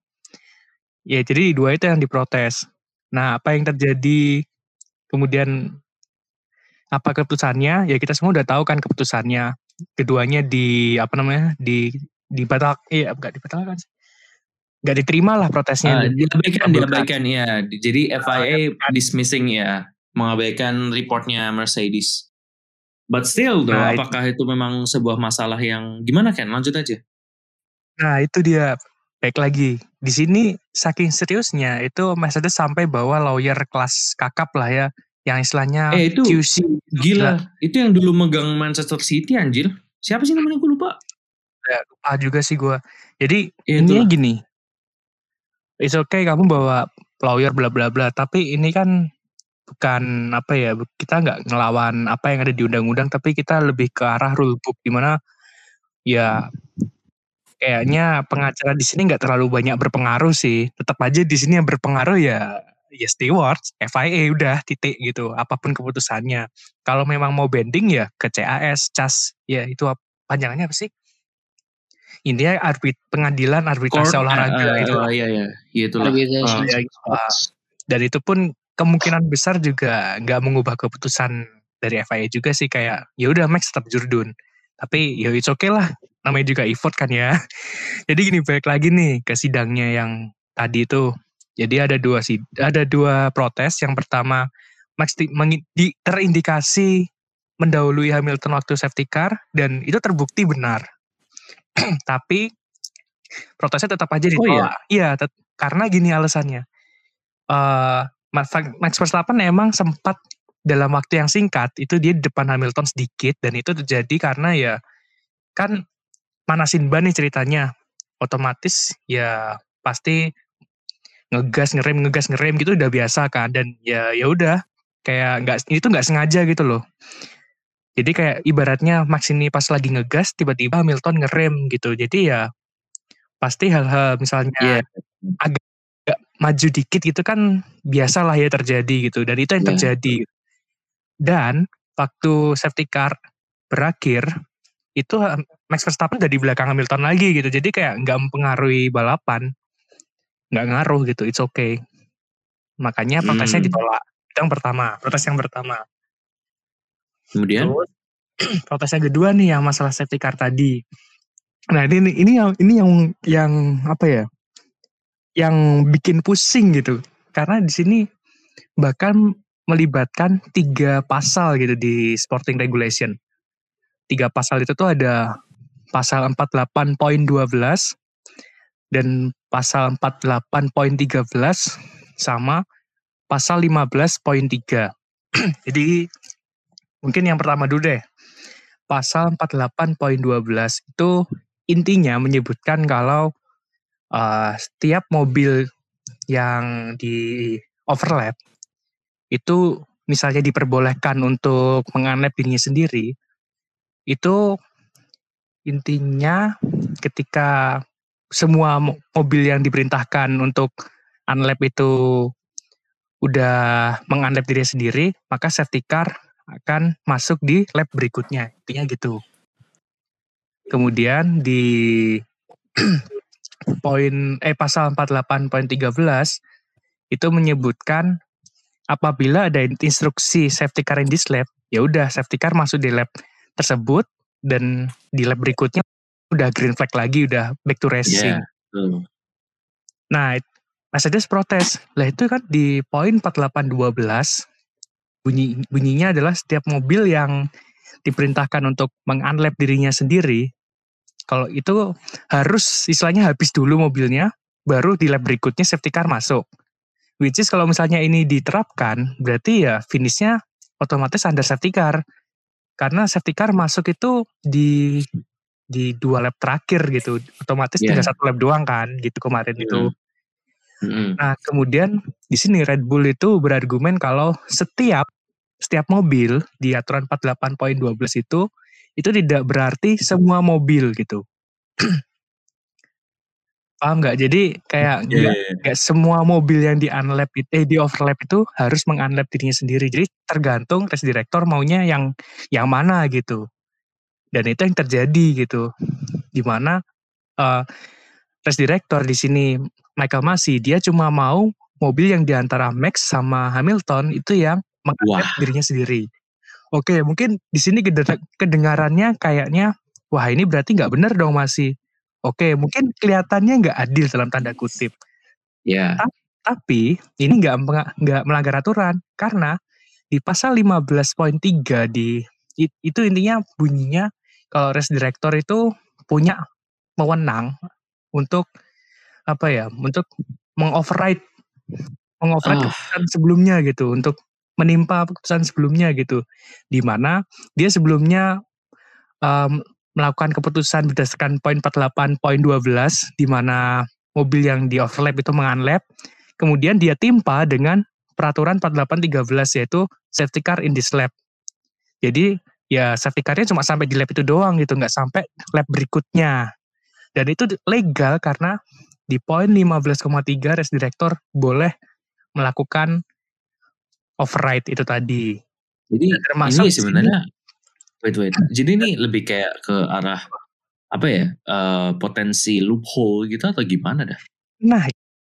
Ya jadi dua itu yang diprotes. Nah apa yang terjadi kemudian apa keputusannya? Ya kita semua udah tahu kan keputusannya. Keduanya di apa namanya di dibatal, iya nggak dibatalkan sih. Nggak diterima lah protesnya. Ah, dan diabaikan, dikabulkan. diabaikan ya. Jadi F I A diabaikan. dismissing ya, mengabaikan reportnya Mercedes. But still though, Nah, itu- apakah itu memang sebuah masalah yang gimana Ken? Lanjut aja. Nah itu dia. Baik lagi di sini saking seriusnya itu Mercedes sampai bawa lawyer kelas kakap lah ya, yang istilahnya Eh itu Q C. gila, itu yang dulu megang Manchester City anjir. Siapa sih namanya gue lupa. Ya, lupa juga sih gue. Jadi Ya, intinya itulah. gini, it's okay kamu bawa lawyer bla bla bla, tapi ini kan bukan apa ya, kita nggak ngelawan apa yang ada di undang-undang, tapi kita lebih ke arah rule book, dimana ya kayaknya pengacara di sini nggak terlalu banyak berpengaruh sih. Tetap aja di sini yang berpengaruh ya ya steward, F I A udah titik gitu. Apapun keputusannya. Kalau memang mau bending ya ke C A S, C A S, ya itu ap- panjangannya apa sih? Intinya arbit pengadilan arbitrasi Court, olahraga eh, eh, itu. oh, iya iya, iya itulah. Arbitration Ah. Ya, sports. Dan itu pun kemungkinan besar juga nggak mengubah keputusan dari F I A juga sih, kayak ya udah Max tetap jurdun. Tapi ya it's okay lah, namanya juga effort kan ya. Jadi gini, balik lagi nih ke sidangnya yang tadi itu. Jadi ada dua sid ada dua protes. Yang pertama Max di, mengi- di- terindikasi mendahului Hamilton waktu safety car dan itu terbukti benar. Tapi protesnya tetap aja Oh, ditolak. Iya, tet- karena gini alasannya. Eh Max Max Verstappen emang sempat dalam waktu yang singkat itu dia di depan Hamilton sedikit, dan itu terjadi karena ya kan manasin ban nih ceritanya, otomatis ya pasti ngegas ngerem ngegas ngerem gitu udah biasa kan, dan ya ya udah kayak nggak, itu nggak sengaja gitu loh. Jadi kayak ibaratnya Max ini pas lagi ngegas tiba-tiba Hamilton ngerem gitu, jadi ya pasti hal-hal misalnya Iya. agak agak maju dikit gitu kan biasa lah ya terjadi gitu, dan itu yang Iya. terjadi. Dan waktu safety car berakhir itu Max Verstappen udah di belakang Hamilton lagi gitu, jadi kayak nggak mempengaruhi balapan, nggak ngaruh gitu, it's okay. Makanya protesnya Hmm. ditolak. Itu yang pertama, protes yang pertama. Kemudian? Terus protes yang kedua nih yang masalah safety car tadi. Nah ini ini yang ini yang yang apa ya? Yang bikin pusing gitu. Karena di sini bahkan melibatkan tiga pasal gitu di sporting regulation. Tiga pasal itu tuh ada pasal empat puluh delapan poin dua belas dan pasal empat puluh delapan poin tiga belas sama pasal lima belas poin tiga. Jadi mungkin yang pertama dulu deh. Pasal empat puluh delapan poin dua belas itu intinya menyebutkan kalau uh, setiap mobil yang di overlap itu misalnya diperbolehkan untuk mengunlap dirinya sendiri, itu intinya ketika semua mo- mobil yang diperintahkan untuk unlap itu udah mengunlap dirinya sendiri, maka safety car akan masuk di lap berikutnya, intinya gitu. Kemudian di poin eh pasal empat puluh delapan poin tiga belas itu menyebutkan apabila ada instruksi safety car in this lap, ya udah safety car masuk di lap tersebut, dan di lap berikutnya udah green flag lagi, udah back to racing. Iya. Tuh. Nah, Mercedes protes. Lah itu kan di poin empat puluh delapan dua belas bunyi bunyinya adalah setiap mobil yang diperintahkan untuk mengunlap dirinya sendiri, kalau itu harus istilahnya habis dulu mobilnya, baru di lap berikutnya safety car masuk. Which is kalau misalnya ini diterapkan, berarti ya finishnya otomatis under safety car. Karena safety car masuk itu di di dua lap terakhir gitu. Otomatis Yeah. tinggal satu lap doang kan, gitu kemarin Mm. itu. Mm-mm. Nah kemudian di sini Red Bull itu berargumen kalau setiap setiap mobil di aturan empat puluh delapan poin dua belas itu, itu tidak berarti semua mobil gitu. Paham nggak? Jadi kayak Iya, nggak iya, iya. nggak semua mobil yang di unlap itu, eh di overlap itu harus mengunlap dirinya sendiri. Jadi tergantung race director maunya yang yang mana gitu. Dan itu yang terjadi gitu. Dimana uh, race director di sini Michael Masi dia cuma mau mobil yang diantara Max sama Hamilton itu yang mengangkat Wah. dirinya sendiri. Oke, mungkin di sini kedengarannya kayaknya, wah ini berarti nggak benar dong Masi. Oke, mungkin kelihatannya nggak adil dalam tanda kutip. Ya. Ta- Tapi ini nggak nggak melanggar aturan karena di pasal lima belas poin tiga di itu intinya bunyinya kalau race director itu punya wewenang untuk apa ya, untuk mengoverride mengoverride Ah. keputusan sebelumnya gitu, untuk menimpa keputusan sebelumnya gitu, di mana dia sebelumnya um, melakukan keputusan berdasarkan poin empat puluh delapan poin dua belas di mana mobil yang di overlap itu mengunlap, kemudian dia timpa dengan peraturan empat puluh delapan tiga belas yaitu safety car in this lap. Jadi ya safety car-nya cuma sampai di lap itu doang gitu, nggak sampai lap berikutnya. Dan itu legal karena di poin lima belas koma tiga race director boleh melakukan override itu tadi. Jadi Dan termasuk ini di sini- sebenarnya wait wait. Jadi ini lebih kayak ke arah apa ya? eh, potensi loophole gitu atau gimana dah? Nah,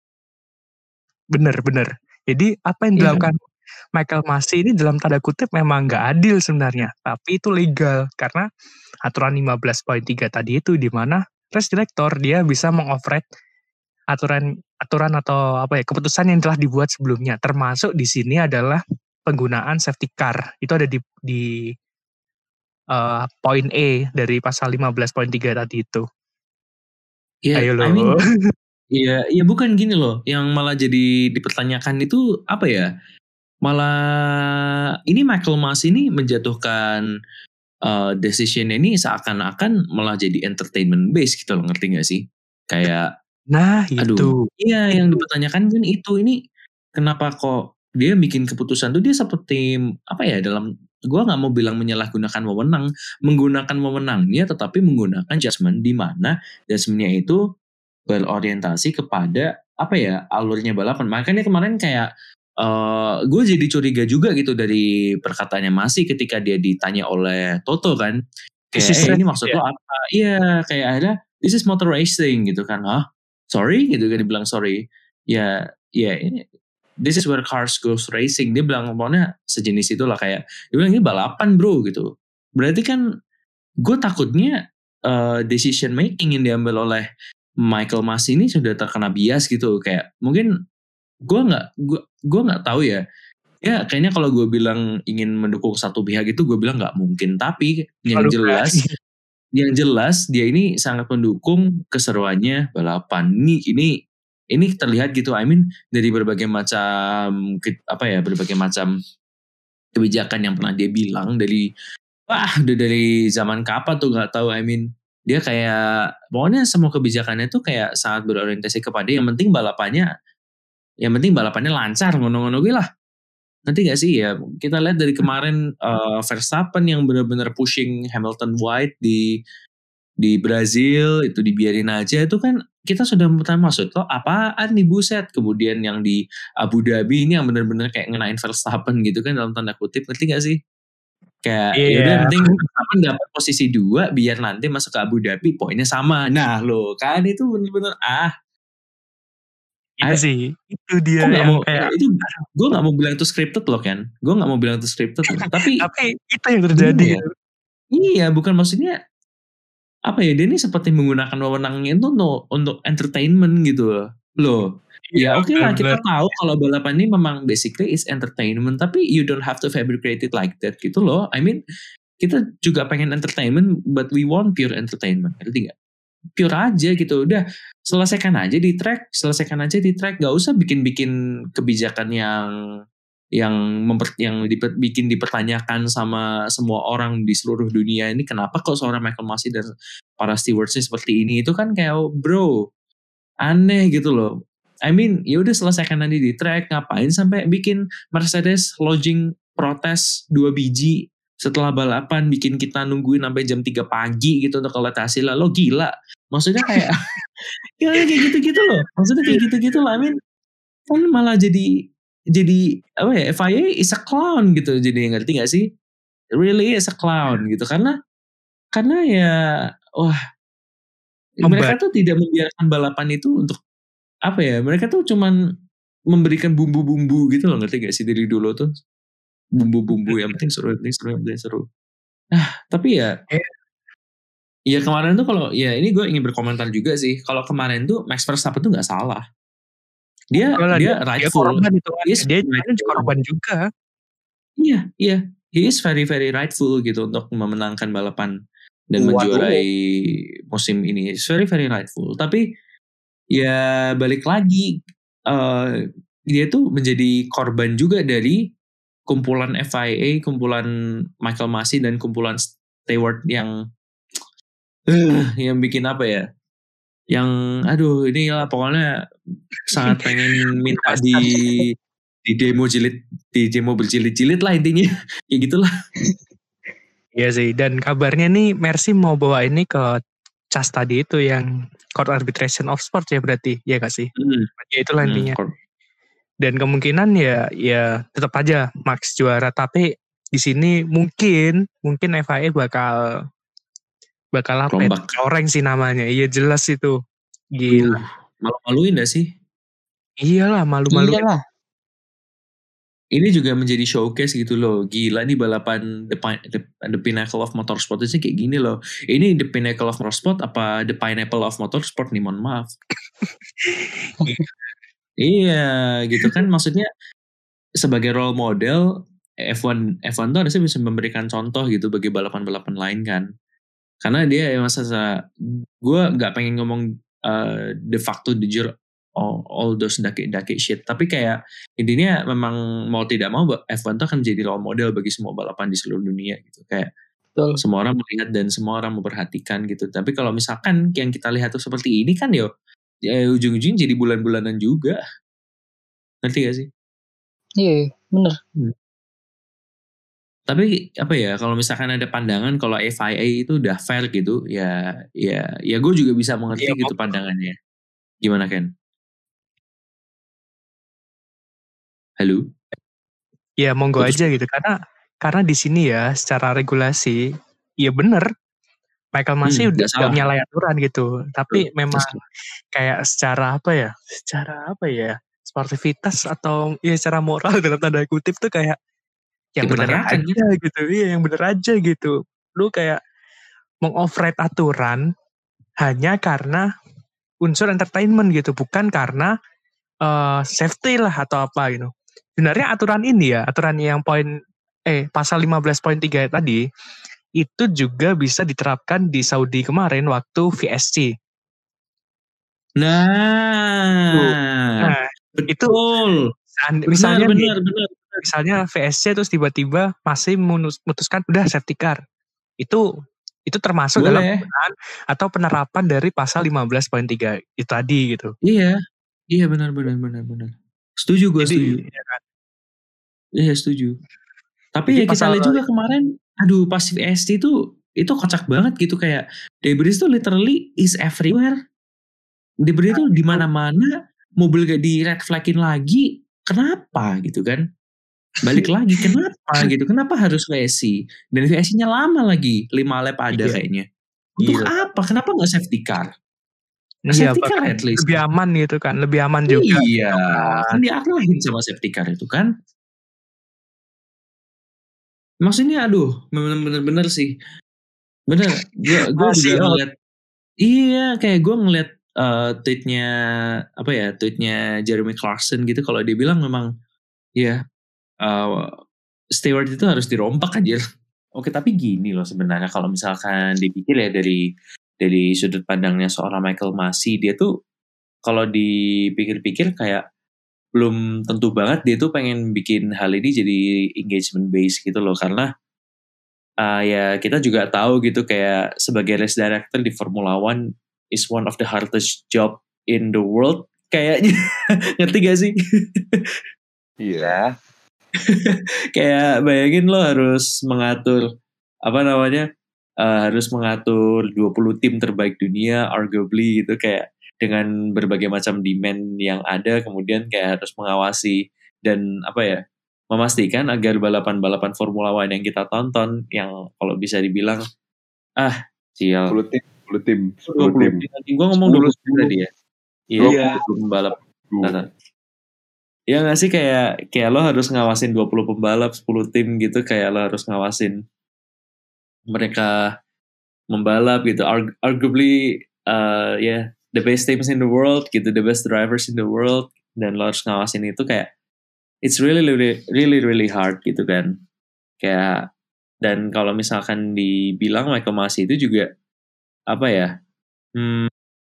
bener-bener. Jadi apa yang Iya. dilakukan Michael Masi ini dalam tanda kutip memang nggak adil sebenarnya, tapi itu legal karena aturan lima belas poin tiga tadi itu di mana race director dia bisa mengoverride aturan aturan atau apa ya keputusan yang telah dibuat sebelumnya, termasuk di sini adalah penggunaan safety car. Itu ada di di uh, poin E dari pasal lima belas poin tiga tadi itu. Ya, Ayo lo. I mean, Iya, iya bukan gini loh. Yang malah jadi dipertanyakan itu apa ya? Malah ini Michael Masi ini menjatuhkan uh, decision ini seakan-akan malah jadi entertainment base gitu loh, ngerti gak sih? Kayak, Nah, aduh, itu. iya yang dipertanyakan kan itu. Ini kenapa kok dia bikin keputusan tuh dia seperti apa ya dalam gue nggak mau bilang menyalahgunakan wewenang, menggunakan wewenangnya tetapi menggunakan judgement di mana judgementnya itu berorientasi kepada apa ya alurnya balapan. Makanya kemarin kayak uh, gue jadi curiga juga gitu dari perkataannya Masi ketika dia ditanya oleh Toto kan kayak eh, ini maksud lo apa? Iya kayak ada this is motor racing gitu kan. Hah? Sorry gitu kan dibilang sorry. Ya ya ini this is where cars goes racing. Dia bilang pokoknya sejenis itulah kayak dia bilang ini balapan bro gitu. Berarti kan gue takutnya uh, decision making yang diambil oleh Michael Masi ini sudah terkena bias gitu kayak mungkin gue nggak gue gue nggak tahu ya ya kayaknya kalau gue bilang ingin mendukung satu pihak itu gue bilang nggak mungkin tapi yang Aduh, jelas yang jelas dia ini sangat mendukung keseruannya balapan ini ini ini terlihat gitu I mean dari berbagai macam apa ya berbagai macam kebijakan yang pernah dia bilang dari wah udah dari zaman kapan tuh nggak tahu I mean dia kayak pokoknya semua kebijakannya tuh kayak sangat berorientasi kepada yang penting balapannya yang penting balapannya lancar ngono-ngono gue lah nanti gak sih ya kita lihat dari kemarin uh, Verstappen yang benar-benar pushing Hamilton wide di di Brazil itu dibiarin aja itu kan kita sudah pertama maksud lo apaan nih buset kemudian yang di Abu Dhabi ini yang benar-benar kayak ngenain Verstappen gitu kan dalam tanda kutip ngerti gak sih kayak yeah. Yaudah penting Verstappen dapat posisi dua biar nanti masuk ke Abu Dhabi poinnya sama. Nah lo kan itu bener-bener ah itu sih itu dia yang yang mau, kayak itu gue nggak mau bilang itu scripted loh kan gue nggak mau bilang itu scripted loh. tapi tapi itu yang terjadi iya, iya bukan maksudnya apa ya dia ini seperti menggunakan wewenangnya itu untuk untuk entertainment gitu loh loh ya, ya oke okay lah kita tahu kalau balapan ini memang basically is entertainment tapi you don't have to fabricate it like that gitu loh I mean kita juga pengen entertainment but we want pure entertainment ngerti nggak pure aja gitu udah selesaikan aja di track selesaikan aja di track nggak usah bikin-bikin kebijakan yang yang memper, yang diper, bikin dipertanyakan sama semua orang di seluruh dunia ini kenapa kok seorang Michael Masi dan para stewardsnya seperti ini itu kan kayak bro aneh gitu loh I mean ya udah selesaikan nanti di track ngapain sampai bikin Mercedes lodging protes dua biji setelah balapan bikin kita nungguin sampai jam tiga pagi gitu untuk lihat hasilnya lo gila maksudnya kayak ya kayak gitu-gitu loh maksudnya kayak gitu-gitu lah I mean kan malah jadi jadi apa ya F I A is a clown gitu jadi ngerti gak sih really is a clown gitu karena karena ya wah mereka tuh tidak membiarkan balapan itu untuk apa ya? Mereka tuh cuman memberikan bumbu-bumbu gitu loh, ngerti gak sih dari dulu tuh bumbu-bumbu yang penting seru, yang penting seru, yang penting seru. Ah, tapi ya, ya kemarin tuh kalau ya ini gue ingin berkomentar juga sih. Kalau kemarin tuh Max Verstappen tuh nggak salah. Dia Kalau dia dia, dia rightful. korban itu kan. He is Dia very kan rightful. korban juga. Iya, iya. He is very very rightful gitu untuk memenangkan balapan dan Waduh. menjuarai musim ini. It's very very rightful. Tapi ya balik lagi uh, dia tuh menjadi korban juga dari kumpulan F I A, kumpulan Michael Masi dan kumpulan Stewart yang uh, yang bikin apa ya? Yang aduh inilah pokoknya sangat pengen minta di di demo jilid di demo berjilid-jilid lah intinya ya gitulah. Iya sih, dan kabarnya nih Mercy mau bawa ini ke C A S tadi itu yang Court Arbitration of Sport ya berarti, ya gak sih? Hmm. Ya itulah Hmm, intinya. kor- Dan kemungkinan ya ya tetap aja Max juara, tapi di sini mungkin mungkin F I A bakal bakal apa? ya, Rombak. Coreng sih namanya. Iya jelas itu. Gila. Uh, malu-maluin gak sih? Iyalah malu-malu. Iyalah. Ini juga menjadi showcase gitu loh. Gila nih balapan the, pi- the, the pinnacle of motorsport itu kayak gini loh. Ini the pinnacle of motorsport apa the pineapple of motorsport nih, mohon maaf. Iya gitu kan, maksudnya sebagai role model F satu F satu tuh harusnya bisa memberikan contoh gitu bagi balapan-balapan lain kan. Karena dia emang masa gue nggak pengen ngomong uh, de facto de jure all, all those dake-dake shit, tapi kayak intinya memang mau tidak mau F satu tuh akan menjadi role model bagi semua balapan di seluruh dunia gitu. Kayak Betul. semua orang melihat dan semua orang memperhatikan gitu. Tapi kalau misalkan yang kita lihat tuh seperti ini kan yo, ya ujung-ujungnya jadi bulan-bulanan juga. Ngerti gak sih? Iya, bener. Tapi apa ya, kalau misalkan ada pandangan kalau F I A itu udah fair gitu, ya ya ya gue juga bisa mengerti Iya, gitu pandangannya. Gimana Ken? Halo? Ya monggo Putus. aja gitu karena karena di sini ya secara regulasi ya bener Michael Masi Hmm, udah nggak salah. gak menyalahi aturan gitu, tapi Betul, memang nggak salah. kayak secara apa ya, secara apa ya, sportivitas atau ya secara moral dalam tanda kutip tuh kayak yang Ikut bener teriakan, aja gitu, iya yang bener aja gitu. Lu kayak mengoverride aturan hanya karena unsur entertainment gitu, bukan karena uh, safety lah atau apa gitu. Sebenarnya aturan ini ya, aturan yang poin eh pasal lima belas poin tiga tadi itu juga bisa diterapkan di Saudi kemarin waktu V S C. Nah, Nah, itu betul. seand- Benar, misalnya nih, benar, benar. misalnya V S C terus tiba-tiba masih memutuskan udah safety car. Itu itu termasuk dalam Boleh. penggunaan atau penerapan dari pasal lima belas poin tiga itu tadi gitu. Iya, iya benar, benar, benar, benar. Setuju gue, setuju. Jadi ya kan, Iya setuju. Tapi Jadi ya kita pasal- lihat juga kemarin, aduh pas V S C itu itu kocak banget gitu, kayak debris tuh literally is everywhere. Debris tuh di mana-mana, mobil gak di red flagin lagi, kenapa gitu kan? Balik lagi kenapa gitu? Kenapa harus V S C? Dan V S C-nya lama lagi, lima lap ada Iya. kayaknya. Untuk Iya. apa? Kenapa nggak safety car? iya, Safety car bahkan at least. lebih aman gitu kan, lebih aman juga. Iya, kan diarahin sama safety car itu kan. Maksudnya aduh, bener-bener sih. Bener, gue gue Masih juga out. ngeliat. Iya, kayak gue ngeliat uh, tweetnya apa ya, tweetnya Jeremy Clarkson gitu. Kalau dia bilang memang, ya uh, Stewart itu harus dirompak aja. Oke, tapi gini loh sebenarnya kalau misalkan dipikir ya dari dari sudut pandangnya seorang Michael Masi, dia tuh kalau dipikir-pikir kayak belum tentu banget dia tuh pengen bikin hal ini jadi engagement base gitu loh, karena uh, ya kita juga tahu gitu kayak sebagai race director di Formula One is one of the hardest job in the world kayaknya. Ngerti gak sih? Iya. Kayak bayangin lo harus mengatur apa namanya uh, harus mengatur dua puluh tim terbaik dunia arguably gitu, kayak dengan berbagai macam demand yang ada, kemudian kayak harus mengawasi dan apa ya, memastikan agar balapan-balapan Formula One yang kita tonton yang kalau bisa dibilang ah sial sepuluh tim. sepuluh tim, dua sepuluh puluh tim. Nanti gue ngomong dua puluh tadi ya. Iya, Iya. dua puluh pembalap. Nah, ya nggak sih kayak kayak lo harus ngawasin dua puluh pembalap, sepuluh tim gitu, kayak lo harus ngawasin mereka membalap gitu. Arg- arguably uh, ya yeah, the best teams in the world gitu, the best drivers in the world, dan lo harus ngawasin itu kayak it's really really really really hard gitu kan. Kayak dan kalau misalkan dibilang Michael Masi itu juga apa ya? Hmm,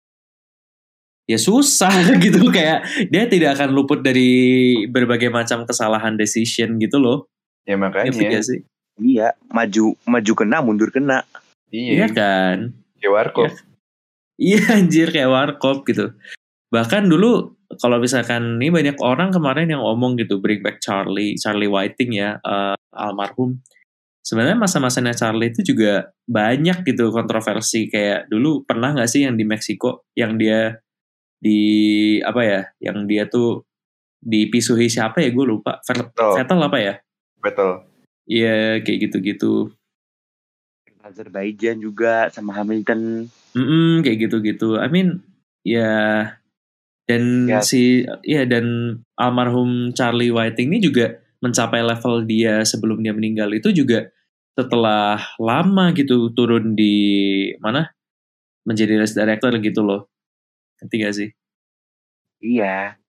ya susah gitu, kayak dia tidak akan luput dari berbagai macam kesalahan decision gitu loh. Ya makanya. Iya sih. Iya, maju maju kena, mundur kena. Iya, iya kan. Kayak Warkop. Iya ya, anjir kayak Warkop gitu. Bahkan dulu kalau misalkan ini banyak orang kemarin yang ngomong gitu bring back Charlie, Charlie Whiting ya, uh, almarhum. Sebenarnya masa-masanya Charlie itu juga banyak gitu kontroversi, kayak dulu pernah nggak sih yang di Meksiko yang dia di apa ya, yang dia tuh dipisuhi siapa ya, gue lupa, Vettel apa ya, Vettel, iya kayak gitu-gitu. Azerbaijan juga sama Hamilton, Mm-mm, kayak gitu-gitu. I mean ya, dan ya. si ya dan almarhum Charlie Whiting ini juga mencapai level dia sebelum dia meninggal itu juga setelah lama gitu turun di mana menjadi race director gitu loh. Ngerti gak sih? Iya.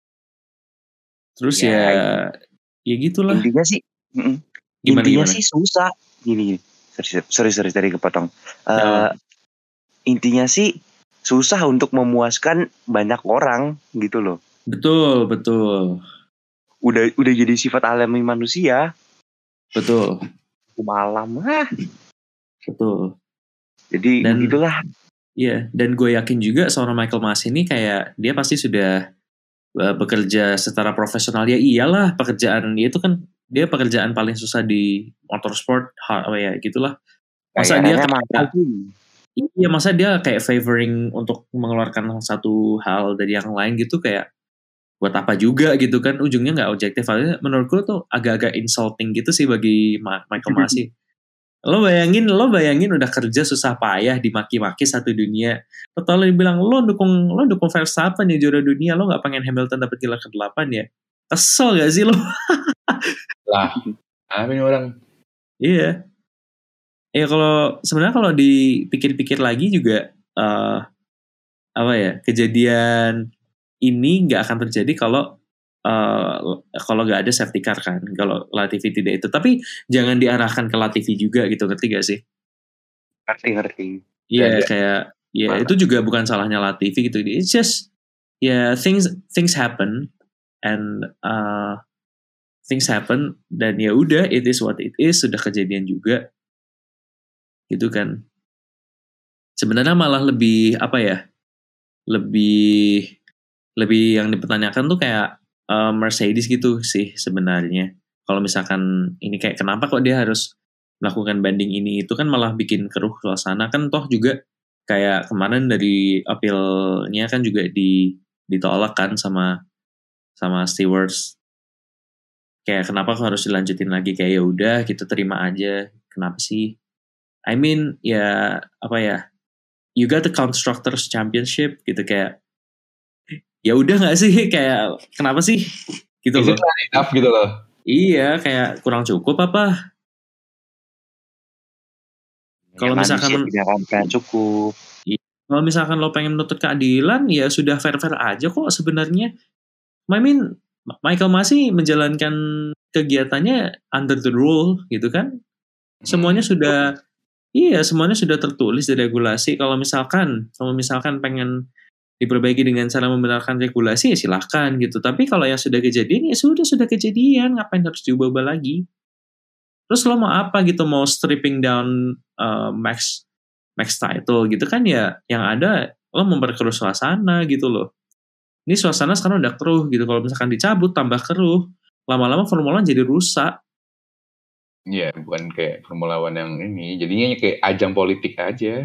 Terus ya, ya, ya gitulah. Intinya sih, mm, gimana, intinya gimana? sih susah. Gini, sorry, sorry, sorry tadi kepotong. Uh, oh. Intinya sih susah untuk memuaskan banyak orang gitu loh. Betul, betul. Udah, udah jadi sifat alami manusia. Betul. Malam ah. Betul. Jadi dan, begitulah. Iya, dan gue yakin juga seorang Michael Masi ini kayak dia pasti sudah uh, bekerja secara profesional. Ya iyalah, pekerjaan itu kan dia pekerjaan paling susah di motorsport, oh ya gitulah. Masa dia kayak, iya masa dia kayak favoring untuk mengeluarkan satu hal dari yang lain gitu, kayak buat apa juga gitu kan, ujungnya nggak objektif. Menurut gue tuh agak-agak insulting gitu sih bagi Michael Masi. Lo bayangin, lo bayangin udah kerja susah payah dimaki-maki satu dunia. Lo dibilang lo dukung lo dukung Verstappen ya juara dunia, lo nggak pengen Hamilton dapat gelar kedelapan ya? Kesel gak sih lo? Lah, amin orang. Iya. Ya kalau sebenarnya kalau dipikir-pikir lagi juga uh, apa ya, kejadian ini nggak akan terjadi kalau uh, kalau nggak ada safety car kan, kalau Latifi tidak itu. Tapi jangan diarahkan ke Latifi juga gitu, ngerti gak sih? Ngerti ngerti. Iya yeah, kayak ya yeah, itu juga bukan salahnya Latifi gitu. It's just ya yeah, things things happen and uh, things happen dan ya udah, it is what it is, sudah kejadian juga gitu kan. Sebenarnya malah lebih apa ya, lebih lebih yang dipertanyakan tuh kayak uh, Mercedes gitu sih sebenarnya. Kalau misalkan ini kayak kenapa kok dia harus melakukan banding ini, itu kan malah bikin keruh suasana kan. Toh juga kayak kemarin dari appeal-nya kan juga di, ditolak kan sama sama stewards. Kayak kenapa kok harus dilanjutin lagi, kayak ya udah kita terima aja, kenapa sih? I mean ya apa ya, you got the Constructors Championship gitu, kayak ya udah nggak sih, kayak kenapa sih gitu loh? Enough gitu loh. Iya, kayak kurang cukup apa? Kalau ya, misalkan tidak akan cukup. Kalau misalkan lo pengen menuntut keadilan, ya sudah fair-fair aja kok sebenarnya. I mean Michael Masi menjalankan kegiatannya under the rule gitu kan. Semuanya hmm. sudah iya, semuanya sudah tertulis di regulasi. Kalau misalkan kalau misalkan pengen diperbaiki dengan cara membenarkan regulasi ya silahkan gitu. Tapi kalau yang sudah kejadian ya sudah sudah kejadian, ngapain harus diubah-ubah lagi? Terus lo mau apa gitu, mau stripping down uh, max max title gitu kan ya, yang ada lo memperkeruh suasana gitu loh. Ini suasana sekarang udah keruh gitu, kalau misalkan dicabut tambah keruh, lama-lama Formula One jadi rusak. Iya, bukan kayak Formula One yang ini, jadinya kayak ajang politik aja.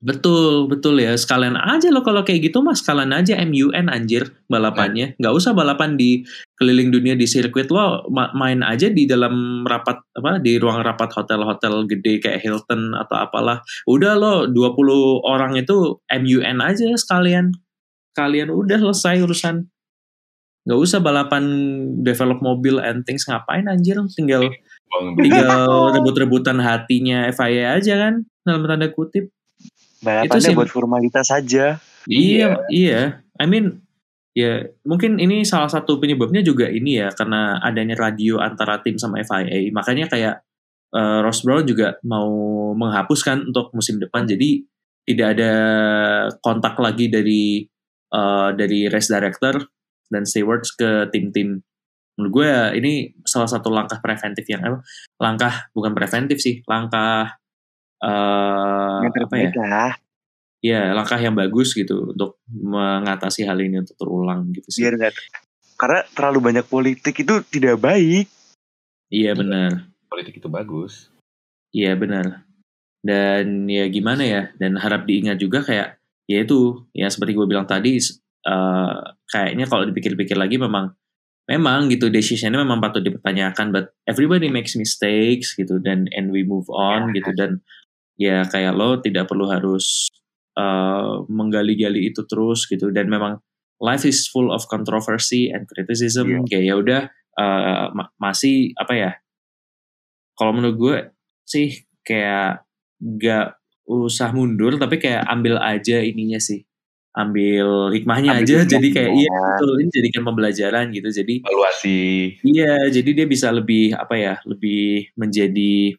Betul, betul ya. Sekalian aja lo kalau kayak gitu mas, sekalian aja M U N anjir balapannya. Nggak usah balapan di keliling dunia di sirkuit, lo ma- main aja di dalam rapat apa di ruang rapat hotel-hotel gede kayak Hilton atau apalah. Udah lo dua puluh orang itu M U N aja sekalian. Kalian udah selesai urusan. Nggak usah balapan develop mobil and things, ngapain anjir, tinggal Bang, tinggal rebut-rebutan hatinya F I A aja kan dalam tanda kutip. Balapannya sih- buat formalitas saja. Iya, iya. I mean, ya mungkin ini salah satu penyebabnya juga ini ya karena adanya radio antara tim sama F I A. Makanya kayak uh, Ross Brown juga mau menghapuskan untuk musim depan. Jadi tidak ada kontak lagi dari uh, dari race director dan stewards ke tim-tim. Menurut gue ya, ini salah satu langkah preventif yang apa? Langkah bukan preventif sih, langkah uh, Yang apa ya? terbaik lah. Ya langkah yang bagus gitu untuk mengatasi hal ini untuk terulang gitu sih. Biar nggak, karena terlalu banyak politik itu tidak baik. Iya benar. politik itu bagus. Iya benar. Dan ya gimana ya? Dan harap diingat juga kayak ya itu ya seperti gue bilang tadi, uh, kayaknya kalau dipikir-pikir lagi memang memang gitu decisionnya memang patut dipertanyakan. But everybody makes mistakes gitu dan and we move on Ya. gitu dan ya kayak lo tidak perlu harus uh, menggali-gali itu terus gitu dan memang life is full of controversy and criticism. Iya. Kayak ya udah uh, ma- masih apa ya? Kalau menurut gue sih kayak gak usah mundur tapi kayak ambil aja ininya sih, ambil hikmahnya Ambil aja. hikmahnya. Jadi kayak iya betul, ini jadikan pembelajaran gitu. Jadi Evaluasi. iya, jadi dia bisa lebih apa ya, lebih menjadi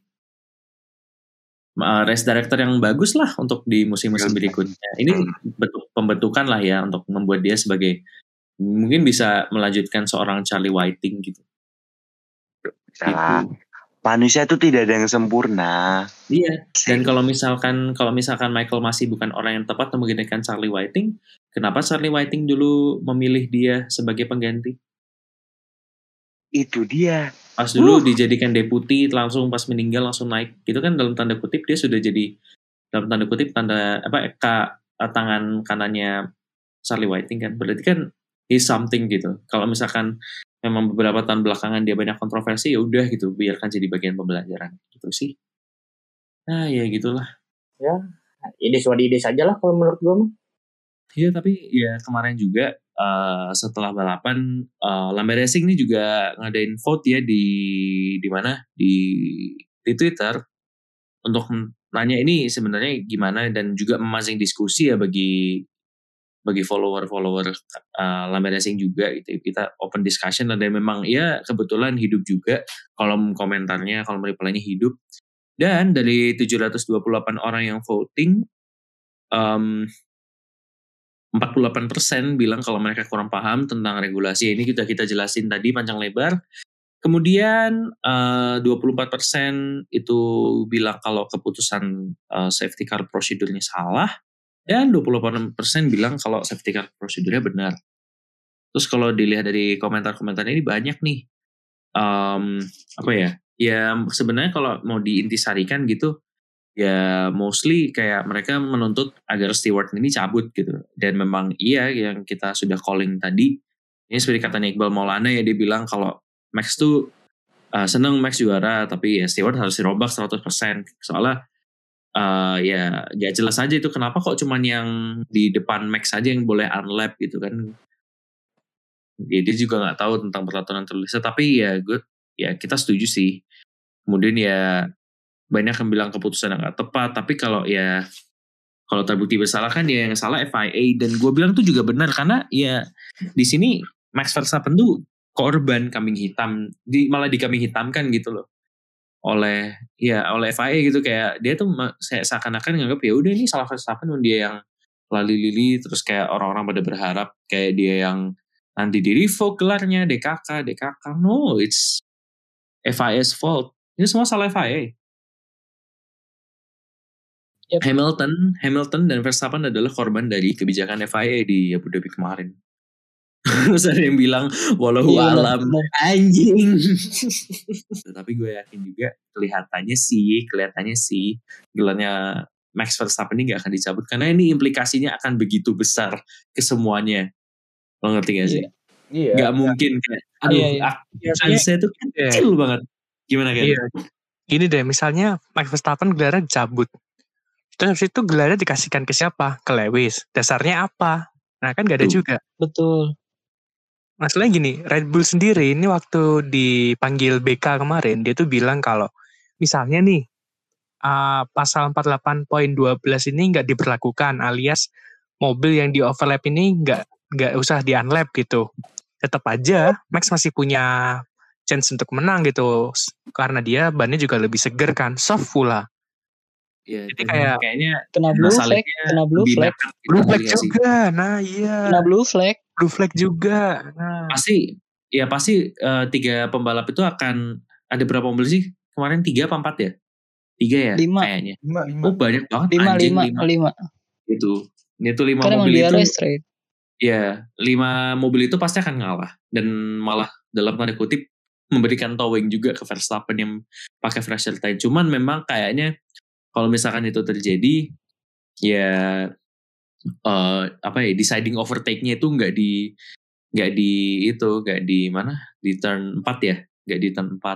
uh, race director yang bagus lah untuk di musim-musim Betul. berikutnya. Ini bentuk pembentukan lah ya untuk membuat dia sebagai mungkin bisa melanjutkan seorang Charlie Whiting gitu. Salah. Gitu. Manusia itu tidak ada yang sempurna. Iya. Dan kalau misalkan kalau misalkan Michael masih bukan orang yang tepat untuk menggantikan Charlie Whiting, kenapa Charlie Whiting dulu memilih dia sebagai pengganti? Itu dia. Pas dulu uh. dijadikan deputi, langsung pas meninggal langsung naik. Gitu kan dalam tanda kutip dia sudah jadi dalam tanda kutip tanda apa ka, tangan kanannya Charlie Whiting kan. Berarti kan he's something gitu. Kalau misalkan memang beberapa tahun belakangan dia banyak kontroversi, ya udah gitu, biarkan jadi bagian pembelajaran gitu sih. Nah ya gitulah. Ya, ide suadi ide saja lah kalau menurut gue mah. Iya tapi ya kemarin juga uh, setelah balapan uh, Lambe Racing ini juga ngadain vote ya di di mana di di Twitter untuk nanya ini sebenarnya gimana dan juga memancing diskusi ya bagi bagi follower-follower uh, Lambe Racing juga gitu. Kita open discussion dan memang ya kebetulan hidup juga kolom komentarnya, kolom reply-nya hidup. Dan dari tujuh ratus dua puluh delapan orang yang voting, um, empat puluh delapan persen bilang kalau mereka kurang paham tentang regulasi. Ini kita kita jelasin tadi panjang lebar. Kemudian uh, dua puluh empat persen itu bilang kalau keputusan uh, safety car prosedurnya salah. Dan dua puluh delapan persen bilang kalau safety car prosedurnya benar. Terus kalau dilihat dari komentar-komentarnya ini banyak nih. Um, apa ya? Ya sebenarnya kalau mau diintisarikan gitu, ya mostly kayak mereka menuntut agar steward ini cabut gitu. Dan memang iya yang kita sudah calling tadi. Ini seperti katanya Iqbal Maulana ya, dia bilang kalau Max tuh uh, seneng Max juara, tapi ya steward harus dirombak seratus persen. Soalnya Uh, ya gak jelas aja itu kenapa kok cuman yang di depan Max aja yang boleh unlap gitu kan. Ya, dia juga gak tahu tentang peraturan tertulisnya, tapi ya gue ya kita setuju sih. Kemudian ya banyak yang bilang keputusan yang gak tepat, tapi kalau ya kalau terbukti bersalah kan ya yang salah F I A. Dan gue bilang tuh juga benar karena ya di sini Max Verstappen tuh korban kambing hitam, di, malah dikambing hitamkan gitu loh oleh ya oleh F I A gitu. Kayak dia tuh saya seakan-akan nganggap ya udah ini salah Verstappen, dia yang lali-lili, terus kayak orang-orang pada berharap kayak dia yang nanti di revoke gelarnya D K K D K K. No, it's F I A's fault. Ini semua salah F I A. Yep. Hamilton, Hamilton dan Verstappen adalah korban dari kebijakan F I A di Abu Dhabi kemarin. Terus ada yang bilang walau Iya, alam anjing. Tapi gue yakin juga kelihatannya sih, kelihatannya sih gelarnya Max Verstappen ini nggak akan dicabut karena ini implikasinya akan begitu besar ke semuanya. Lo ngerti gak sih? Iya. Nggak mungkin kayak, aduh, Iya, iya. ak- chance-nya tuh kecil banget. Gimana kan? Iya. Gini deh, misalnya Max Verstappen gelarnya dicabut. Terus habis itu gelarnya dikasihkan ke siapa? Ke Lewis. Dasarnya apa? Nah kan gak ada Tuh. juga. Betul. Masalahnya gini, Red Bull sendiri ini waktu dipanggil B K kemarin, dia tuh bilang kalau misalnya nih, uh, pasal empat puluh delapan poin dua belas ini nggak diberlakukan, alias mobil yang di overlap ini nggak nggak usah di unlap gitu. Tetap aja Max masih punya chance untuk menang gitu, karena dia bannya juga lebih seger kan, soft pula. Ya, Jadi dan kayak kayaknya Kena blue flag, masalahnya kena blue lebih flag, nekat gitu blue flag kali nggak sih? juga, nah iya, kena blue flag. blue flag juga. Nah, Pasti, ya pasti eh, tiga pembalap itu akan ada berapa mobil sih? Kemarin tiga apa empat ya? Tiga ya Lima. kayaknya. Lima, lima. Oh banyak banget Lima, anjing lima, lima. lima. Itu, itu lima Kan emang mobil dia itu. race trade. Ya, lima mobil itu pasti akan ngalah dan malah dalam tanda kutip memberikan towing juga ke Verstappen yang pakai fresh air tire. Cuman memang kayaknya kalau misalkan itu terjadi, ya uh, apa ya deciding overtake-nya itu nggak di nggak di itu nggak di mana di turn empat ya, nggak di turn empat.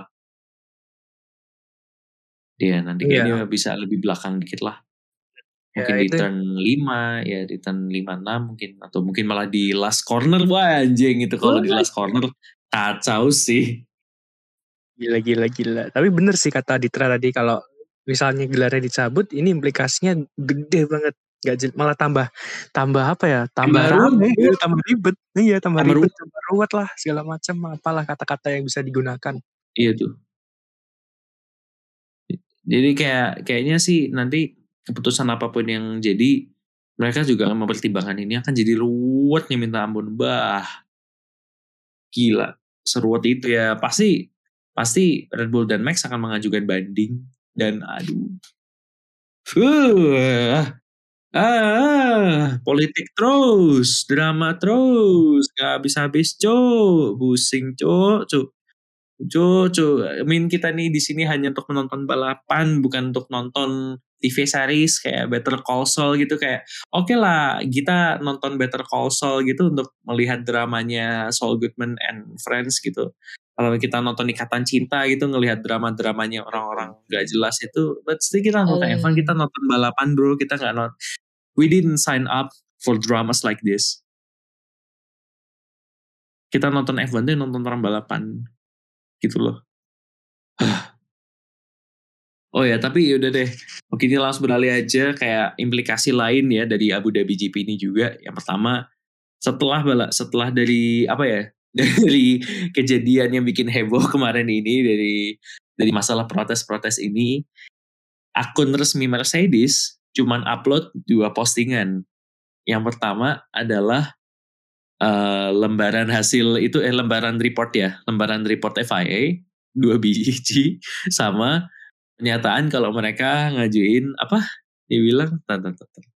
Ya nanti kayaknya bisa lebih belakang dikit lah. Mungkin Ya, di itu- turn lima ya, di turn lima enam mungkin, atau mungkin malah di last corner. Wah anjing itu kalau di last corner kacau sih. Gila, gila, gila. Tapi bener sih kata Ditra tadi, kalau misalnya gelarnya dicabut, ini implikasinya gede banget. Gak jel- malah tambah, tambah apa ya? Tambah Tambah rame, ruwet. gitu, tambah ribet. Iya, tambah, Tambah ribet, ruwet. tambah ruwet lah, segala macam, apalah kata-kata yang bisa digunakan. Iya tuh. Jadi kayak kayaknya sih nanti keputusan apapun yang jadi, mereka juga akan mempertimbangkan ini akan jadi ruwetnya minta ampun. Bah, gila, seruwet itu ya. Pasti pasti Red Bull dan Max akan mengajukan banding dan aduh, uh, ah, politik terus, drama terus, gak habis-habis, cok, pusing, cok, cok. Cuk, cuk, I mean kita nih di sini hanya untuk menonton balapan, bukan untuk nonton T V series kayak Better Call Saul gitu. Kayak oke okay lah, kita nonton Better Call Saul gitu untuk melihat dramanya Saul Goodman and Friends gitu. Kalau kita nonton Ikatan Cinta gitu, ngelihat drama-dramanya orang-orang gak jelas itu, but still kita nonton Hmm. F one, kita nonton balapan bro, kita nggak nonton. We didn't sign up for dramas like this. Kita nonton F one tuh nonton orang balapan. Gitu loh. Oh ya, tapi yaudah deh. Oke, ini langsung beralih aja kayak implikasi lain ya dari Abu Dhabi G P ini juga. Yang pertama, setelah bala, setelah dari apa ya? Dari kejadian yang bikin heboh kemarin ini, dari dari masalah protes-protes ini, akun resmi Mercedes cuman upload dua postingan. Yang pertama adalah Uh, lembaran hasil itu eh lembaran report ya, lembaran report F I A dua biji sama pernyataan kalau mereka ngajuin apa? Dia bilang tar, tar, tar.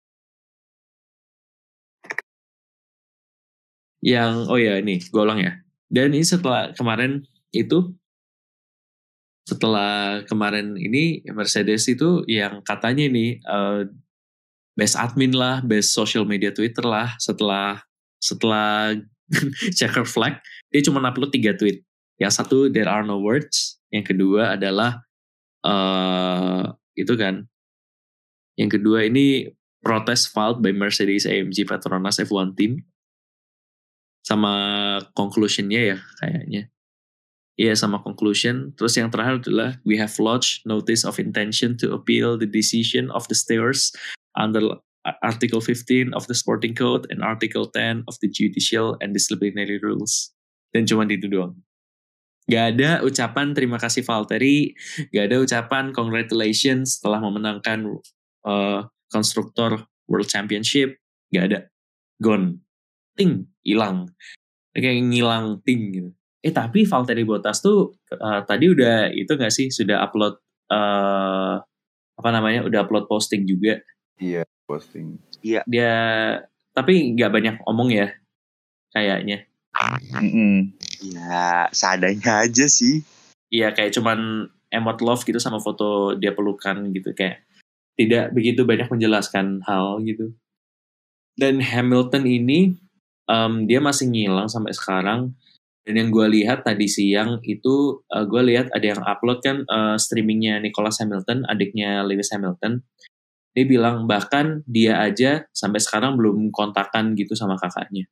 Yang oh ya ini golong ya. Dan ini setelah kemarin itu setelah kemarin ini Mercedes itu yang katanya ini uh, best admin lah, best social media Twitter lah setelah setelah checker flag, dia cuma upload tiga tweet. Yang satu there are no words, yang kedua adalah uh, itu kan, yang kedua ini protest filed by Mercedes A M G Petronas F one team, sama conclusionnya ya kayaknya. Iya sama conclusion. Terus yang terakhir adalah we have lodged notice of intention to appeal the decision of the stewards under Article fifteen of the Sporting Code and Article ten of the Judicial and Disciplinary Rules. Dan cuma itu doang. Gak ada ucapan terima kasih Valtteri, gak ada ucapan congratulations setelah memenangkan uh, konstruktor World Championship, gak ada. Gone. Ting, hilang. Kayak ngilang ting gitu. Eh tapi Valtteri Bottas tuh uh, tadi udah itu gak sih, sudah upload uh, apa namanya, udah upload posting juga. Iya, posting. Iya. Dia tapi nggak banyak omong ya kayaknya. Mm-mm. Ya seadanya aja sih. Iya kayak cuman emot love gitu sama foto dia pelukan gitu, kayak tidak begitu banyak menjelaskan hal gitu. Dan Hamilton ini um, dia masih ngilang sampai sekarang. Dan yang gue lihat tadi siang itu uh, gue lihat ada yang upload kan uh, streamingnya Nicholas Hamilton, adiknya Lewis Hamilton. Dia bilang bahkan dia aja sampai sekarang belum kontakan gitu sama kakaknya.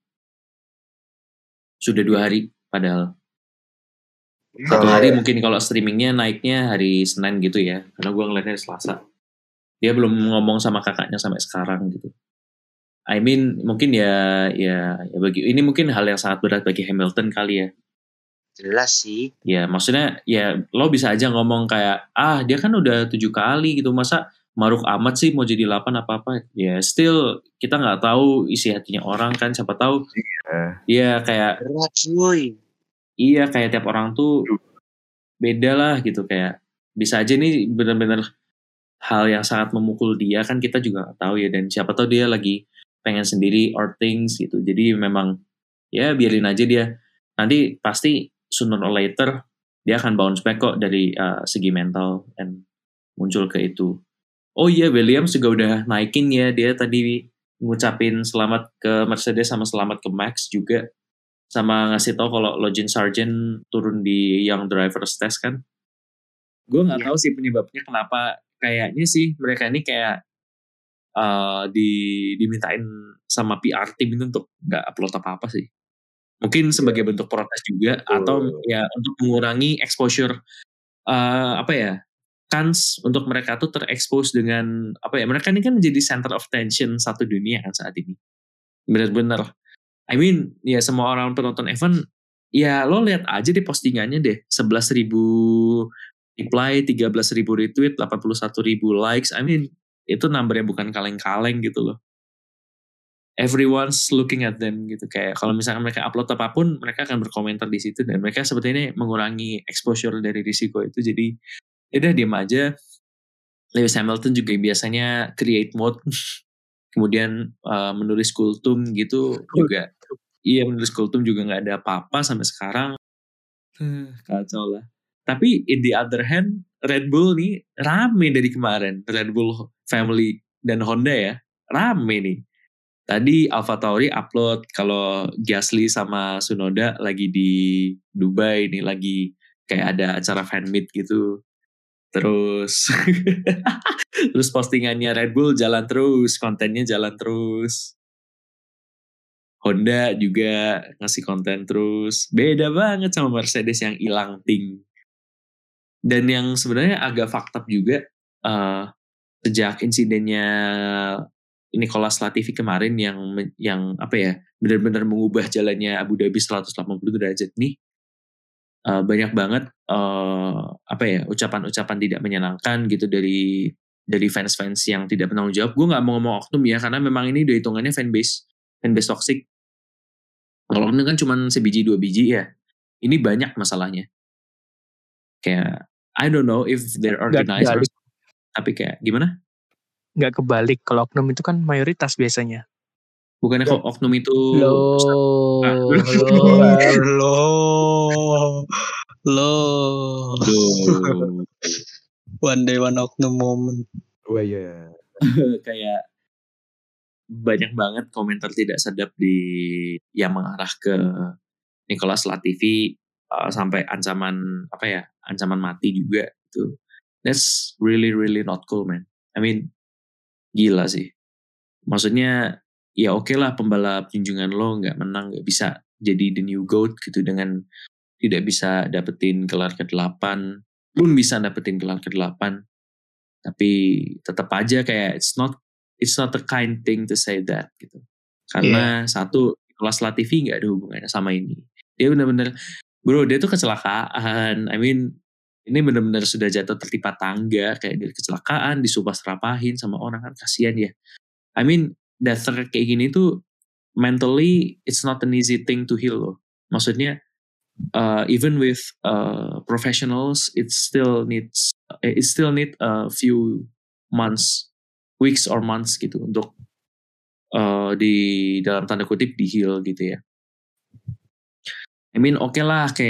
Sudah dua hari padahal. Satu hari mungkin kalau streamingnya naiknya hari Senin gitu ya. Karena gue ngeliatnya hari Selasa. Dia belum ngomong sama kakaknya sampai sekarang gitu. I mean mungkin ya ya ya bagi ini mungkin hal yang sangat berat bagi Hamilton kali ya. Jelas sih. Ya maksudnya ya lo bisa aja ngomong kayak ah dia kan udah tujuh kali gitu masa maruk amat sih mau jadi delapan apa apa. Ya still kita nggak tahu isi hatinya orang kan, siapa tahu. Iya kayak Berat cuy. iya kayak tiap orang tuh beda lah gitu, kayak bisa aja nih benar-benar hal yang sangat memukul dia kan kita juga nggak tahu ya, dan siapa tahu dia lagi pengen sendiri or things gitu. Jadi memang ya biarin aja dia. Nanti pasti sooner or later dia akan bounce back kok dari uh, segi mental and muncul ke itu. Oh iya Williams juga udah naikin ya, dia tadi ngucapin selamat ke Mercedes sama selamat ke Max juga. Sama ngasih tahu kalau Logan Sargent turun di Young Drivers Test kan. Gue nggak tahu sih penyebabnya kenapa, kayaknya sih mereka ini kayak Uh, di dimintain sama P R team itu untuk nggak upload apa-apa sih. Mungkin sebagai bentuk protes juga, atau ya untuk mengurangi exposure uh, apa ya, kans untuk mereka tuh terekspos dengan apa ya, mereka ini kan menjadi center of tension satu dunia kan saat ini. Benar-benar. I mean ya semua orang penonton F satu ya lo lihat aja di postingannya deh, sebelas ribu reply, tiga belas ribu retweet, delapan puluh satu ribu likes. I mean itu numbernya bukan kaleng-kaleng gitu loh. Everyone's looking at them gitu, kayak kalau misalkan mereka upload apapun mereka akan berkomentar di situ, dan mereka sepertinya mengurangi exposure dari risiko itu. Jadi ya udah diam aja. Lewis Hamilton juga biasanya create mode kemudian uh, menulis kultum gitu juga. Iya menulis kultum juga nggak ada apa-apa sampai sekarang. Kacau lah. Tapi in the other hand Red Bull nih rame dari kemarin. Red Bull Family dan Honda ya rame nih. Tadi AlphaTauri upload kalau Gasly sama Tsunoda lagi di Dubai nih, lagi kayak ada acara fan meet gitu. Terus terus postingannya Red Bull jalan terus, kontennya jalan terus. Honda juga ngasih konten terus. Beda banget sama Mercedes yang hilang ting. Dan yang sebenarnya agak fucked up juga uh, sejak insidennya Nicholas Latifi kemarin yang yang apa ya, benar-benar mengubah jalannya Abu Dhabi seratus delapan puluh derajat nih. Uh, banyak banget uh, apa ya, ucapan-ucapan tidak menyenangkan gitu dari dari fans-fans yang tidak bertanggung jawab. Gue nggak mau ngomong oknum ya, karena memang ini udah hitungannya fanbase fanbase toxic. Kalau ini kan cuma sebiji dua biji ya, ini banyak masalahnya. Kayak I don't know if they're organized or, tapi kayak gimana? Nggak kebalik, kalau oknum itu kan mayoritas biasanya. Bukannya kok oknum itu Loh, ah. loh, loh, loh. One day one oknum moment. Wah ya. Kayak banyak banget komentar tidak sedap di yang mengarah ke Nicholas Latifi, uh, sampai ancaman apa ya, ancaman mati juga itu. That's really really not cool man. I mean gila sih. Maksudnya ya oke okay lah pembalap junjungan lo nggak menang, nggak bisa jadi the new GOAT gitu dengan tidak bisa dapetin gelar kedelapan, pun bisa dapetin gelar kedelapan, tapi tetap aja kayak it's not it's not the kind thing to say that gitu. Karena yeah. Satu, Nicholas Latifi nggak ada hubungannya sama ini. Dia benar-benar bro, dia tuh kecelakaan. I mean ini benar-benar sudah jatuh tertimpa tangga, kayak dari kecelakaan disumpah serapahin sama orang, kan kasihan ya. I mean dasar kayak gini tuh mentally it's not an easy thing to heal loh. Maksudnya uh, even with uh, professionals it still needs it still need a few months, weeks or months gitu untuk uh, di dalam tanda kutip di heal gitu ya. I mean oke okay lah kayak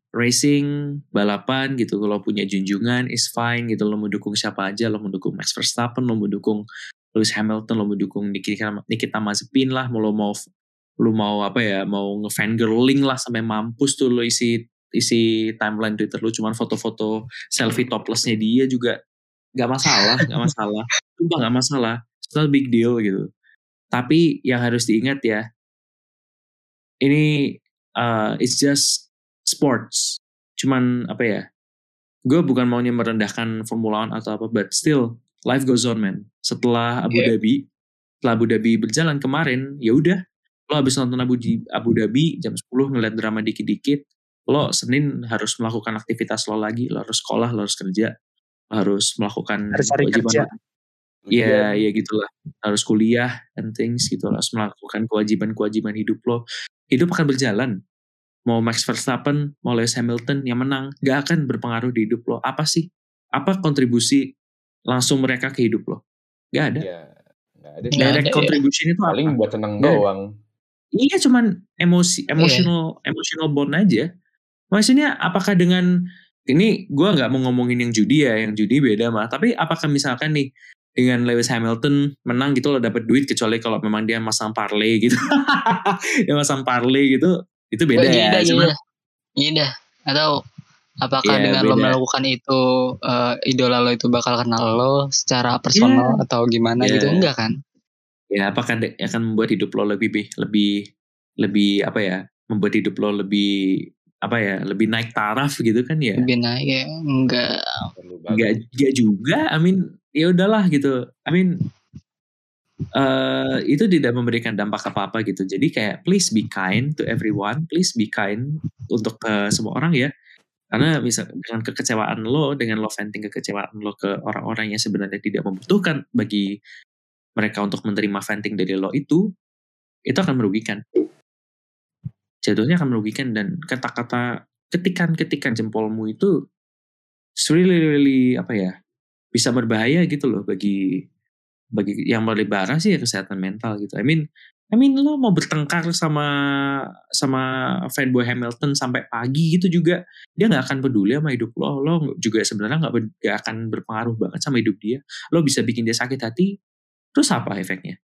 racing, balapan gitu, lo punya junjungan is fine gitu, lo mau dukung siapa aja, lo mau dukung Max Verstappen, lo mau dukung Lewis Hamilton, lo mau dukung Nikita, Nikita Mazepin lah, mau lo mau lo mau apa ya, mau nge-fangirling lah sampai mampus tuh lo isi isi timeline Twitter lo cuman foto-foto selfie toplessnya dia juga nggak masalah, nggak masalah, sumpah nggak masalah, it's not a big deal gitu. Tapi yang harus diingat ya, ini uh, it's just sports. Cuman apa ya? Gue bukan maunya merendahkan Formula One atau apa, but still life goes on, man. Setelah Abu Yeah. Dhabi, setelah Abu Dhabi berjalan kemarin, ya udah, lo habis nonton Abu, Abu Dhabi jam sepuluh ngeliat drama dikit-dikit, lo Senin harus melakukan aktivitas lo lagi, lo harus sekolah, lo harus kerja, lo harus melakukan Harus cari kerja. kewajiban. Iya, ya gitulah. Harus kuliah and things gitu, harus melakukan kewajiban-kewajiban hidup lo. Hidup akan berjalan. Mau Max Verstappen, mau Lewis Hamilton yang menang, gak akan berpengaruh di hidup lo. Apa sih? Apa kontribusi langsung mereka ke hidup lo? Gak ada. Ya, nggak ada. Nggak Direct ada, ya. contribution itu apa? Paling buat seneng Nggak ada. doang. Iya, cuman emosi, emotional, emotional bond aja. Maksudnya apakah dengan ini gue nggak mau ngomongin yang judi ya, yang judi beda mah. Tapi apakah misalkan nih dengan Lewis Hamilton menang gitu lo dapet duit, kecuali kalau memang dia masang parlay gitu, dia masang parlay gitu, itu beda Oh, iya ya. dah, iya Cuman dah. Iya dah. Atau apakah Iya, dengan lo beda. melakukan itu eh, idola lo itu bakal kenal lo secara personal atau gimana Iya. gitu, enggak kan? Ya apakah de- akan membuat hidup lo lebih lebih lebih apa ya, membuat hidup lo lebih apa ya, lebih naik taraf gitu kan ya? Lebih naik ya, enggak. Perlu Nggak, banget. nggak juga. I mean ya udahlah gitu. I mean eh itu tidak memberikan dampak apa-apa gitu. Jadi kayak please be kind to everyone, please be kind untuk ke semua orang ya. Karena misal dengan kekecewaan lo, dengan lo venting kekecewaan lo ke orang-orang yang sebenarnya tidak membutuhkan bagi mereka untuk menerima venting dari lo itu, itu akan merugikan. Jatuhnya akan merugikan, dan kata-kata ketikan-ketikan jempolmu itu it's really really apa ya, bisa berbahaya gitu loh bagi bagi yang melibara sih ya kesehatan mental gitu. I mean I mean lo mau bertengkar sama sama fanboy Hamilton sampai pagi gitu juga, dia nggak akan peduli sama hidup lo. Lo juga sebenarnya nggak ber- nggak akan berpengaruh banget sama hidup dia. Lo bisa bikin dia sakit hati, terus apa efeknya?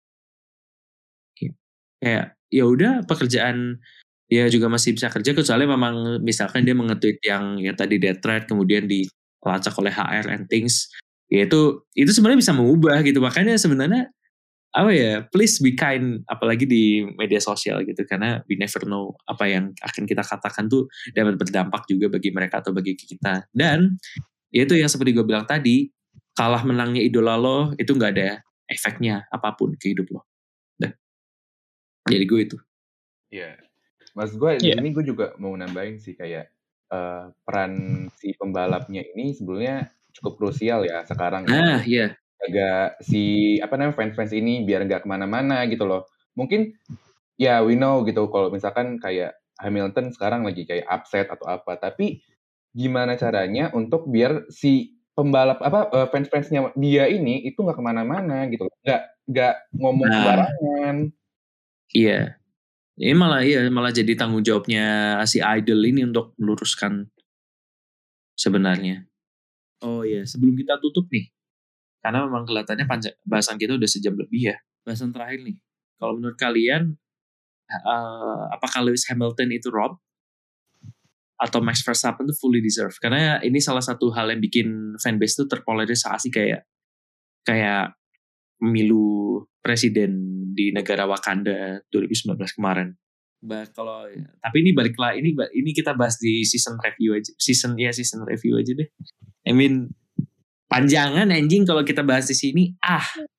Kayak ya udah, pekerjaan dia juga masih bisa kerja, kecuali memang misalkan dia mengetweet yang ya tadi death threat kemudian dilacak oleh H R and things, ya itu itu sebenarnya bisa mengubah gitu. Makanya sebenarnya apa ya, please be kind apalagi di media sosial gitu, karena we never know apa yang akan kita katakan tuh dapat berdampak juga bagi mereka atau bagi kita. Dan ya itu yang seperti gue bilang tadi, kalah menangnya idola lo itu nggak ada efeknya apapun ke hidup lo. Dah. Jadi gue itu. Iya. Mas gue di Iya. sini gue juga mau nambahin sih kayak eh, peran si pembalapnya ini sebenarnya cukup krusial ya sekarang. Nah, iya. Agak si apa namanya fans-fans ini biar nggak kemana-mana gitu loh. Mungkin ya we know gitu kalau misalkan kayak Hamilton sekarang lagi kayak upset atau apa. Tapi gimana caranya untuk biar si pembalap apa eh, fans-fansnya dia ini itu nggak kemana-mana gitu loh. Nggak nggak ngomong Nah. sembarangan. Iya. Ini malah iya malah jadi tanggung jawabnya si idol ini untuk meluruskan sebenarnya. Oh iya, sebelum kita tutup nih, karena memang kelihatannya panjang, bahasan kita udah sejam lebih ya. Bahasan terakhir nih, kalau menurut kalian uh, apakah Lewis Hamilton itu rob atau Max Verstappen itu fully deserve? Karena ini salah satu hal yang bikin fanbase itu terpolarisasi, kayak kayak pemilu presiden di negara Wakanda dua ribu sembilan belas kemarin. Bah, kalau tapi ini baliklah ini ini kita bahas di season review aja, season ya season review aja deh. I mean panjangan anjing kalau kita bahas di sini. Ah.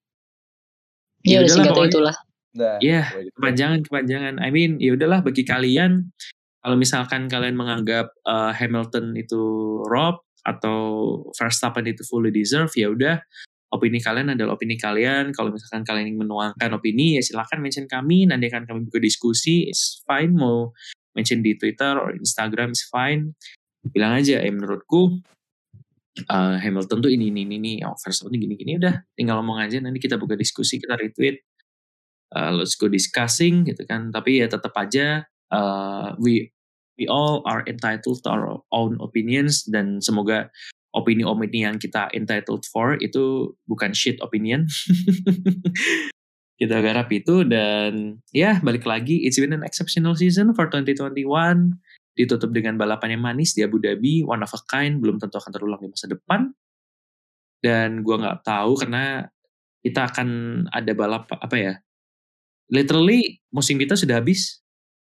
Ya udah udahlah singkatnya pokoknya. itulah. Nah, Iya, pokoknya gitu. kepanjangan kepanjangan. I mean, ya udahlah bagi kalian, kalau misalkan kalian menganggap uh, Hamilton itu rob atau Verstappen itu fully deserve, ya udah, opini kalian adalah opini kalian. Kalau misalkan kalian ingin menuangkan opini, ya silakan mention kami, nanti akan kami buka diskusi. It's fine, mau mention di Twitter or Instagram is fine. Bilang aja, eh menurutku uh, Hamilton tuh ini ini ini, oh Verstappen tuh gini gini, udah tinggal ngomong aja, nanti kita buka diskusi, kita retweet. Uh, let's go discussing gitu kan. Tapi ya tetap aja uh, we we all are entitled to our own opinions, dan semoga opini-opini yang kita entitled for itu bukan shit opinion. Kita garap itu, dan ya balik lagi, it's been an exceptional season for twenty twenty-one. Ditutup dengan balapan yang manis di Abu Dhabi, one of a kind, belum tentu akan terulang di masa depan. Dan gue nggak tahu karena kita akan ada balap apa ya? Literally musim kita sudah habis.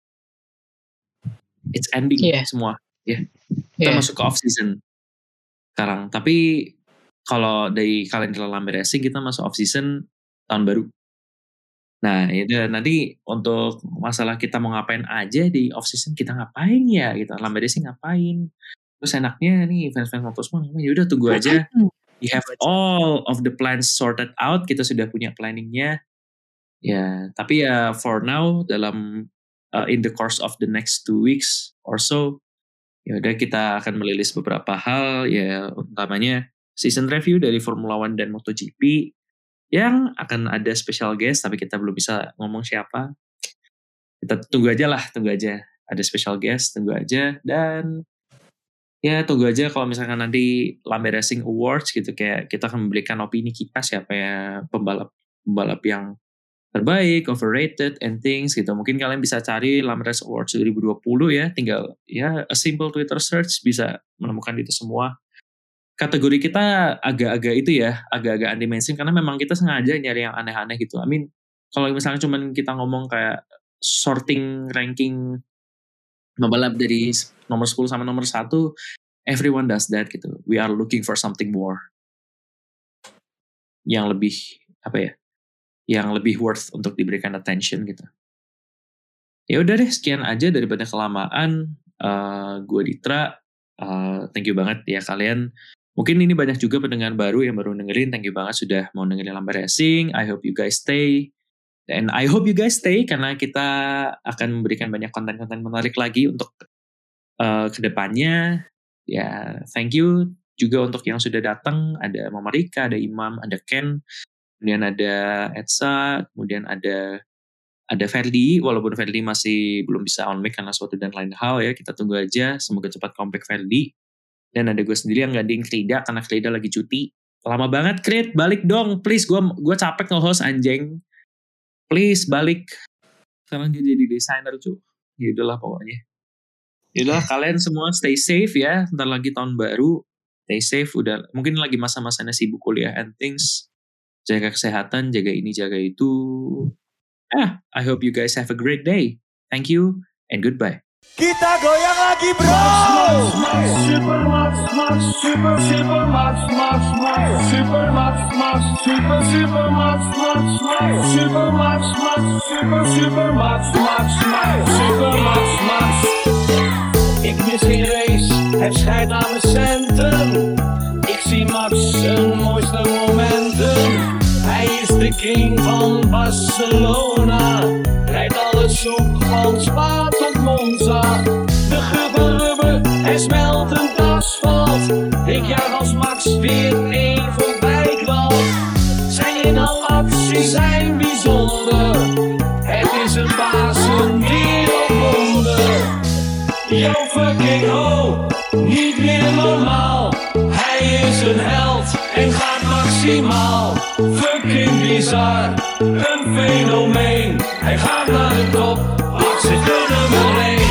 It's ending Yeah. semua, ya. Kita Yeah. masuk ke off season sekarang. Tapi kalau dari kalender Lambe Racing kita masuk off season tahun baru. Nah, itu nanti untuk masalah kita mau ngapain aja di off season, kita ngapain ya gitu. Lambe Racing ngapain? Terus enaknya nih fans-fans motorsport, ya udah tunggu aja. We have all of the plans sorted out. Kita sudah punya planningnya. Ya, tapi ya for now dalam uh, in the course of the next two weeks or so, ya udah kita akan merilis beberapa hal, ya utamanya season review dari Formula One dan MotoGP yang akan ada special guest, tapi kita belum bisa ngomong siapa. Kita tunggu aja lah, tunggu aja. Ada special guest, tunggu aja. Dan ya tunggu aja kalau misalkan nanti Lambe Racing Awards gitu, kayak kita akan memberikan opini kita siapa ya pembalap pembalap yang terbaik, overrated, and things gitu. Mungkin kalian bisa cari Lambe Racing Awards dua ribu dua puluh ya, tinggal ya a simple Twitter search bisa menemukan itu semua. Kategori kita agak-agak itu ya, agak-agak anti mainstream karena memang kita sengaja nyari yang aneh-aneh gitu. I mean, kalau misalnya cuman kita ngomong kayak sorting ranking pembalap dari nomor sepuluh sama nomor satu, everyone does that gitu. We are looking for something more. Yang lebih apa ya? Yang lebih worth untuk diberikan attention gitu. Ya udah deh, sekian aja daripada kelamaan. Uh, gue Ditra, uh, thank you banget ya kalian. Mungkin ini banyak juga pendengar baru yang baru dengerin. Thank you banget sudah mau dengerin Lambe Racing. I hope you guys stay. And I hope you guys stay karena kita akan memberikan banyak konten-konten menarik lagi untuk uh, kedepannya. Ya, thank you juga untuk yang sudah datang. Ada Mama Rika, ada Imam, ada Ken, kemudian ada Etsa, kemudian ada ada Ferdi. Walaupun Ferdi masih belum bisa on mic karena suatu dan lain hal ya. Kita tunggu aja. Semoga cepat comeback Ferdi. Dan ada gue sendiri yang gantiin Krida karena Krida lagi cuti. Lama banget Krid, balik dong. Please, gue gue capek nge-host anjing. Please, balik. Sekarang dia jadi desainer cuy. Ya udahlah pokoknya. Ya udahlah kalian semua stay safe ya. Ntar lagi tahun baru. Stay safe. Udah mungkin lagi masa-masanya sibuk kuliah and things. Jaga kesehatan, jaga ini, jaga itu. Ah, I hope you guys have a great day. Thank you and goodbye. Kita goyang lagi bro. Super Max Max Super Super Max Max Max Super Max Max Super Super Max Max Max Super Max Max Super Super Max Max Max Super Max Max. Ik mis geen race, het schijt aan mijn centen. Ik zie Max zijn mooiste momenten. Hij is de king van Barcelona. Rijdt alles zoek van Spa tot Monza. De geur van rubber, hij smelt een asfalt. Ik juich als Max weer één voorbij knalt. Zijn acties zijn bijzonder. Het is een baas, een wereldwonder. Yo fucking ho, niet meer normaal. Hij is een held en gaat maximaal. Fucking bizar, een fenomeen. Hij gaat naar de top, Max is de nummer één.